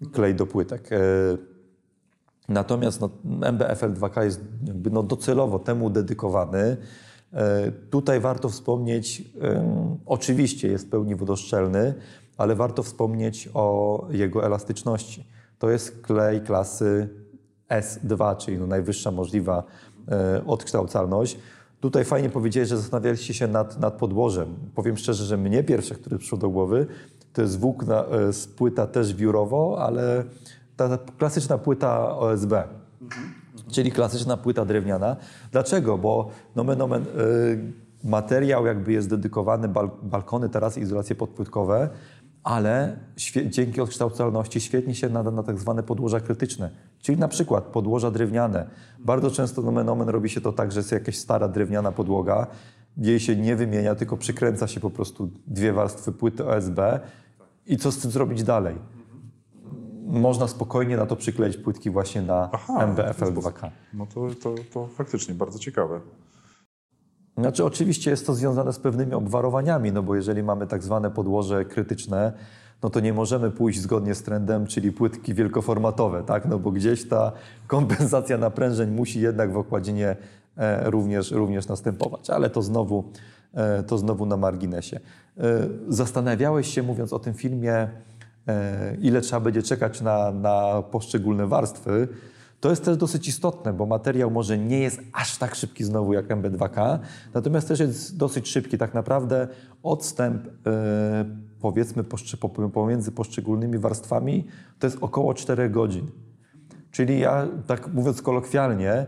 klej do płytek. Natomiast MBFL2K jest jakby docelowo temu dedykowany. Tutaj warto wspomnieć, oczywiście jest w pełni wodoszczelny, ale warto wspomnieć o jego elastyczności. To jest klej klasy S2, czyli najwyższa możliwa odkształcalność. Tutaj fajnie powiedziałeś, że zastanawialiście się nad podłożem. Powiem szczerze, że mnie pierwsze, który przyszło do głowy, to jest włókna, płyta też wiórowo, ale ta klasyczna płyta OSB. Czyli klasyczna płyta drewniana. Dlaczego? Bo nomen omen, materiał jakby jest dedykowany, balkony, tarasy, izolacje podpłytkowe, ale dzięki odkształcalności świetnie się nada na tak zwane podłoża krytyczne. Czyli na przykład podłoża drewniane. Bardzo często nomen omen robi się to tak, że jest jakaś stara drewniana podłoga, jej się nie wymienia, tylko przykręca się po prostu 2 warstwy płyty OSB i co z tym zrobić dalej? Można spokojnie na to przykleić płytki właśnie na MBFL2K. No to faktycznie bardzo ciekawe. Znaczy oczywiście jest to związane z pewnymi obwarowaniami, no bo jeżeli mamy tak zwane podłoże krytyczne, no to nie możemy pójść zgodnie z trendem, czyli płytki wielkoformatowe, tak? No bo gdzieś ta kompensacja naprężeń musi jednak w okładzinie również następować, ale to znowu na marginesie. Zastanawiałeś się, mówiąc o tym filmie, ile trzeba będzie czekać na poszczególne warstwy. To jest też dosyć istotne, bo materiał może nie jest aż tak szybki znowu jak MB2K, natomiast też jest dosyć szybki. Tak naprawdę odstęp powiedzmy pomiędzy poszczególnymi warstwami to jest około 4 godzin. Czyli ja, tak mówiąc kolokwialnie,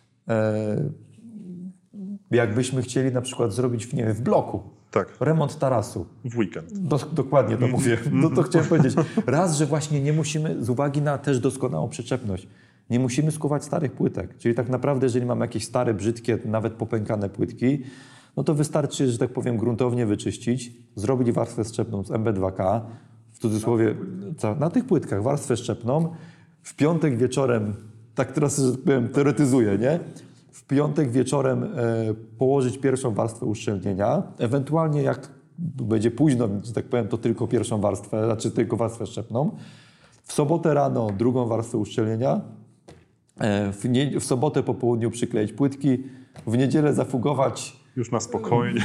jakbyśmy chcieli na przykład zrobić nie wiem, w bloku remont tarasu. W weekend. Dokładnie to mówię. No to chciałem powiedzieć. Raz, że właśnie nie musimy, z uwagi na też doskonałą przyczepność, nie musimy skuwać starych płytek. Czyli tak naprawdę, jeżeli mamy jakieś stare, brzydkie, nawet popękane płytki, no to wystarczy, że tak powiem, gruntownie wyczyścić, zrobić warstwę szczepną z MB2K, w cudzysłowie, na tych płytkach warstwę szczepną, w piątek wieczorem, tak teraz, że tak powiem, teoretyzuję, nie? W piątek wieczorem położyć pierwszą warstwę uszczelnienia, ewentualnie jak będzie późno, że tak powiem, to tylko pierwszą warstwę, znaczy tylko warstwę szczepną. W sobotę rano drugą warstwę uszczelnienia, w sobotę po południu przykleić płytki, w niedzielę zafugować. Już na spokojnie.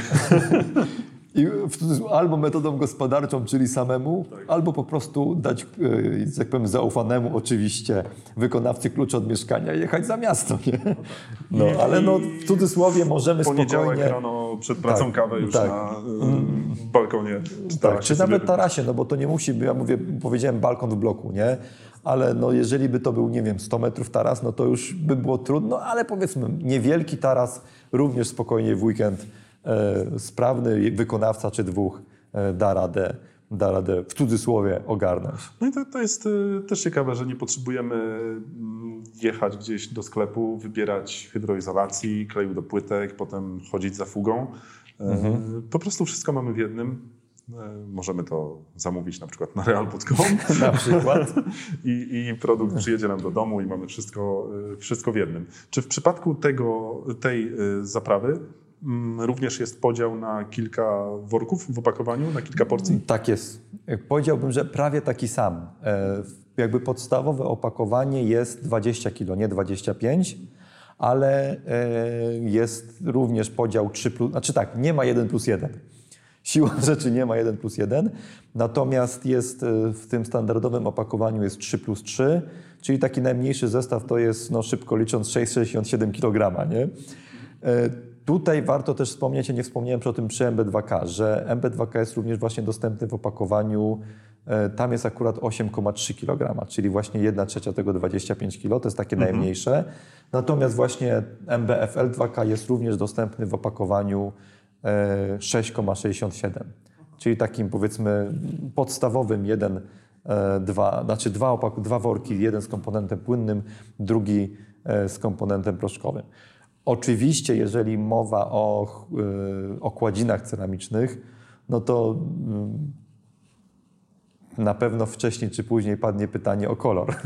I albo metodą gospodarczą, czyli samemu, albo po prostu dać, że tak powiem, zaufanemu oczywiście wykonawcy klucz od mieszkania i jechać za miasto, nie? No, ale no, w cudzysłowie możemy poniedziałek spokojnie... rano przed pracą kawę już na balkonie. Czy nawet tarasie, no bo to nie musi być, ja powiedziałem balkon w bloku, nie? Ale no, jeżeli by to był, nie wiem, 100 metrów taras, no to już by było trudno, ale powiedzmy niewielki taras również spokojnie w weekend sprawny wykonawca czy 2 da radę w cudzysłowie ogarnąć. No i to jest też ciekawe, że nie potrzebujemy jechać gdzieś do sklepu, wybierać hydroizolacji, kleju do płytek, potem chodzić za fugą. Po prostu wszystko mamy w jednym. Możemy to zamówić na przykład na realbud.com na przykład. I produkt przyjedzie nam do domu i mamy wszystko w jednym. Czy w przypadku tej zaprawy również jest podział na kilka worków w opakowaniu, na kilka porcji? Tak jest. Powiedziałbym, że prawie taki sam. Jakby podstawowe opakowanie jest 20 kg, nie 25, ale jest również podział 3+, znaczy tak, nie ma 1+1. Siłą rzeczy nie ma 1+1, natomiast jest w tym standardowym opakowaniu jest 3+3, czyli taki najmniejszy zestaw to jest, no szybko licząc, 667 kg, nie? Tutaj warto też wspomnieć, ja nie wspomniałem o tym przy MB2K, że MB2K jest również właśnie dostępny w opakowaniu, tam jest akurat 8,3 kg, czyli właśnie 1/3 tego 25 kg, to jest takie najmniejsze. Natomiast właśnie MBFL2K jest również dostępny w opakowaniu 6,67, czyli takim powiedzmy podstawowym dwa worki, jeden z komponentem płynnym, drugi z komponentem proszkowym. Oczywiście, jeżeli mowa o okładzinach ceramicznych, no to na pewno wcześniej czy później padnie pytanie o kolor.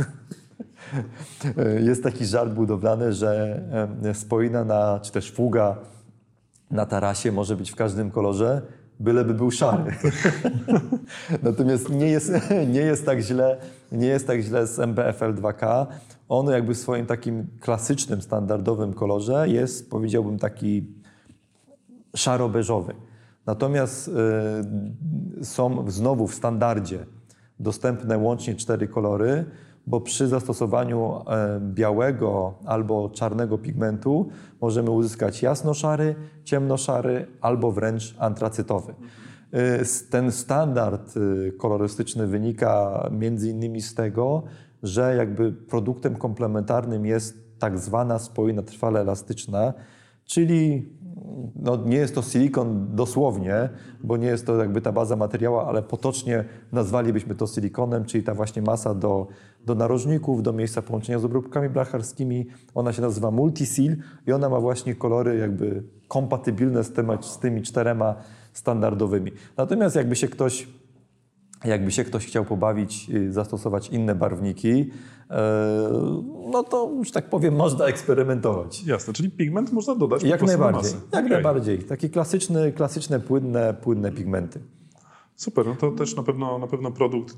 Jest taki żart budowlany, że spoina czy też fuga na tarasie może być w każdym kolorze, byleby był szary. Natomiast nie jest tak źle z MBFL2K. Ono jakby w swoim takim klasycznym, standardowym kolorze jest, powiedziałbym, taki szaro-beżowy. Natomiast są znowu w standardzie dostępne łącznie 4 kolory, bo przy zastosowaniu białego albo czarnego pigmentu możemy uzyskać jasno-szary, ciemno-szary albo wręcz antracytowy. Ten standard kolorystyczny wynika między innymi z tego, że jakby produktem komplementarnym jest tak zwana spojina trwale elastyczna, czyli no nie jest to silikon dosłownie, bo nie jest to jakby ta baza materiału, ale potocznie nazwalibyśmy to silikonem, czyli ta właśnie masa do narożników, do miejsca połączenia z obróbkami blacharskimi. Ona się nazywa Multisil i ona ma właśnie kolory jakby kompatybilne z tymi 4 standardowymi. Natomiast jakby się ktoś chciał pobawić, zastosować inne barwniki, no to już tak powiem, można eksperymentować. Jasne, czyli pigment można dodać Jak po prostu najbardziej, do masy. jak Okej. najbardziej. Takie klasyczne, płynne pigmenty. Super, no to też na pewno produkt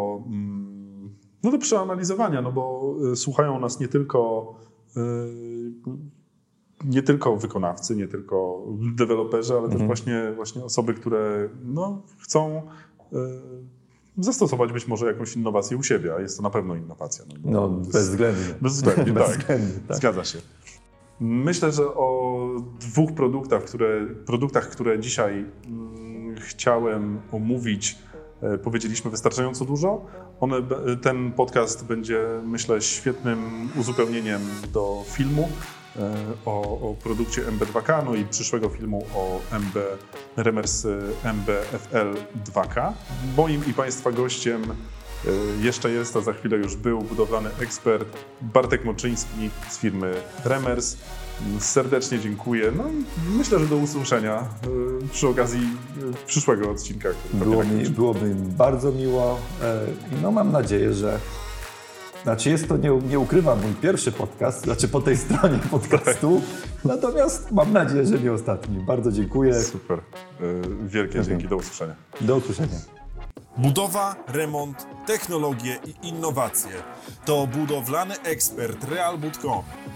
do przeanalizowania, no bo słuchają nas nie tylko wykonawcy, nie tylko deweloperzy, ale też właśnie osoby, które no, chcą zastosować być może jakąś innowację u siebie, a jest to na pewno innowacja. No bezwzględnie. Bezwzględnie, tak. Bezwzględnie, tak. Zgadza się. Myślę, że o 2 produktach, które dzisiaj chciałem omówić, powiedzieliśmy wystarczająco dużo. Ten podcast będzie, myślę, świetnym uzupełnieniem do filmu o produkcie MB2K, no i przyszłego filmu o Remers MBFL 2K. Moim i Państwa gościem jeszcze jest, a za chwilę już był, budowlany ekspert Bartek Moczyński z firmy Remers. Serdecznie dziękuję. No i myślę, że do usłyszenia przy okazji przyszłego odcinka. Było mi bardzo miło i no mam nadzieję, że jest to, nie ukrywam, mój pierwszy podcast, po tej stronie podcastu, natomiast mam nadzieję, że nie ostatni. Bardzo dziękuję. Super. Wielkie dzięki. Do usłyszenia. Do usłyszenia. Budowa, remont, technologie i innowacje to budowlany ekspert realbud.com.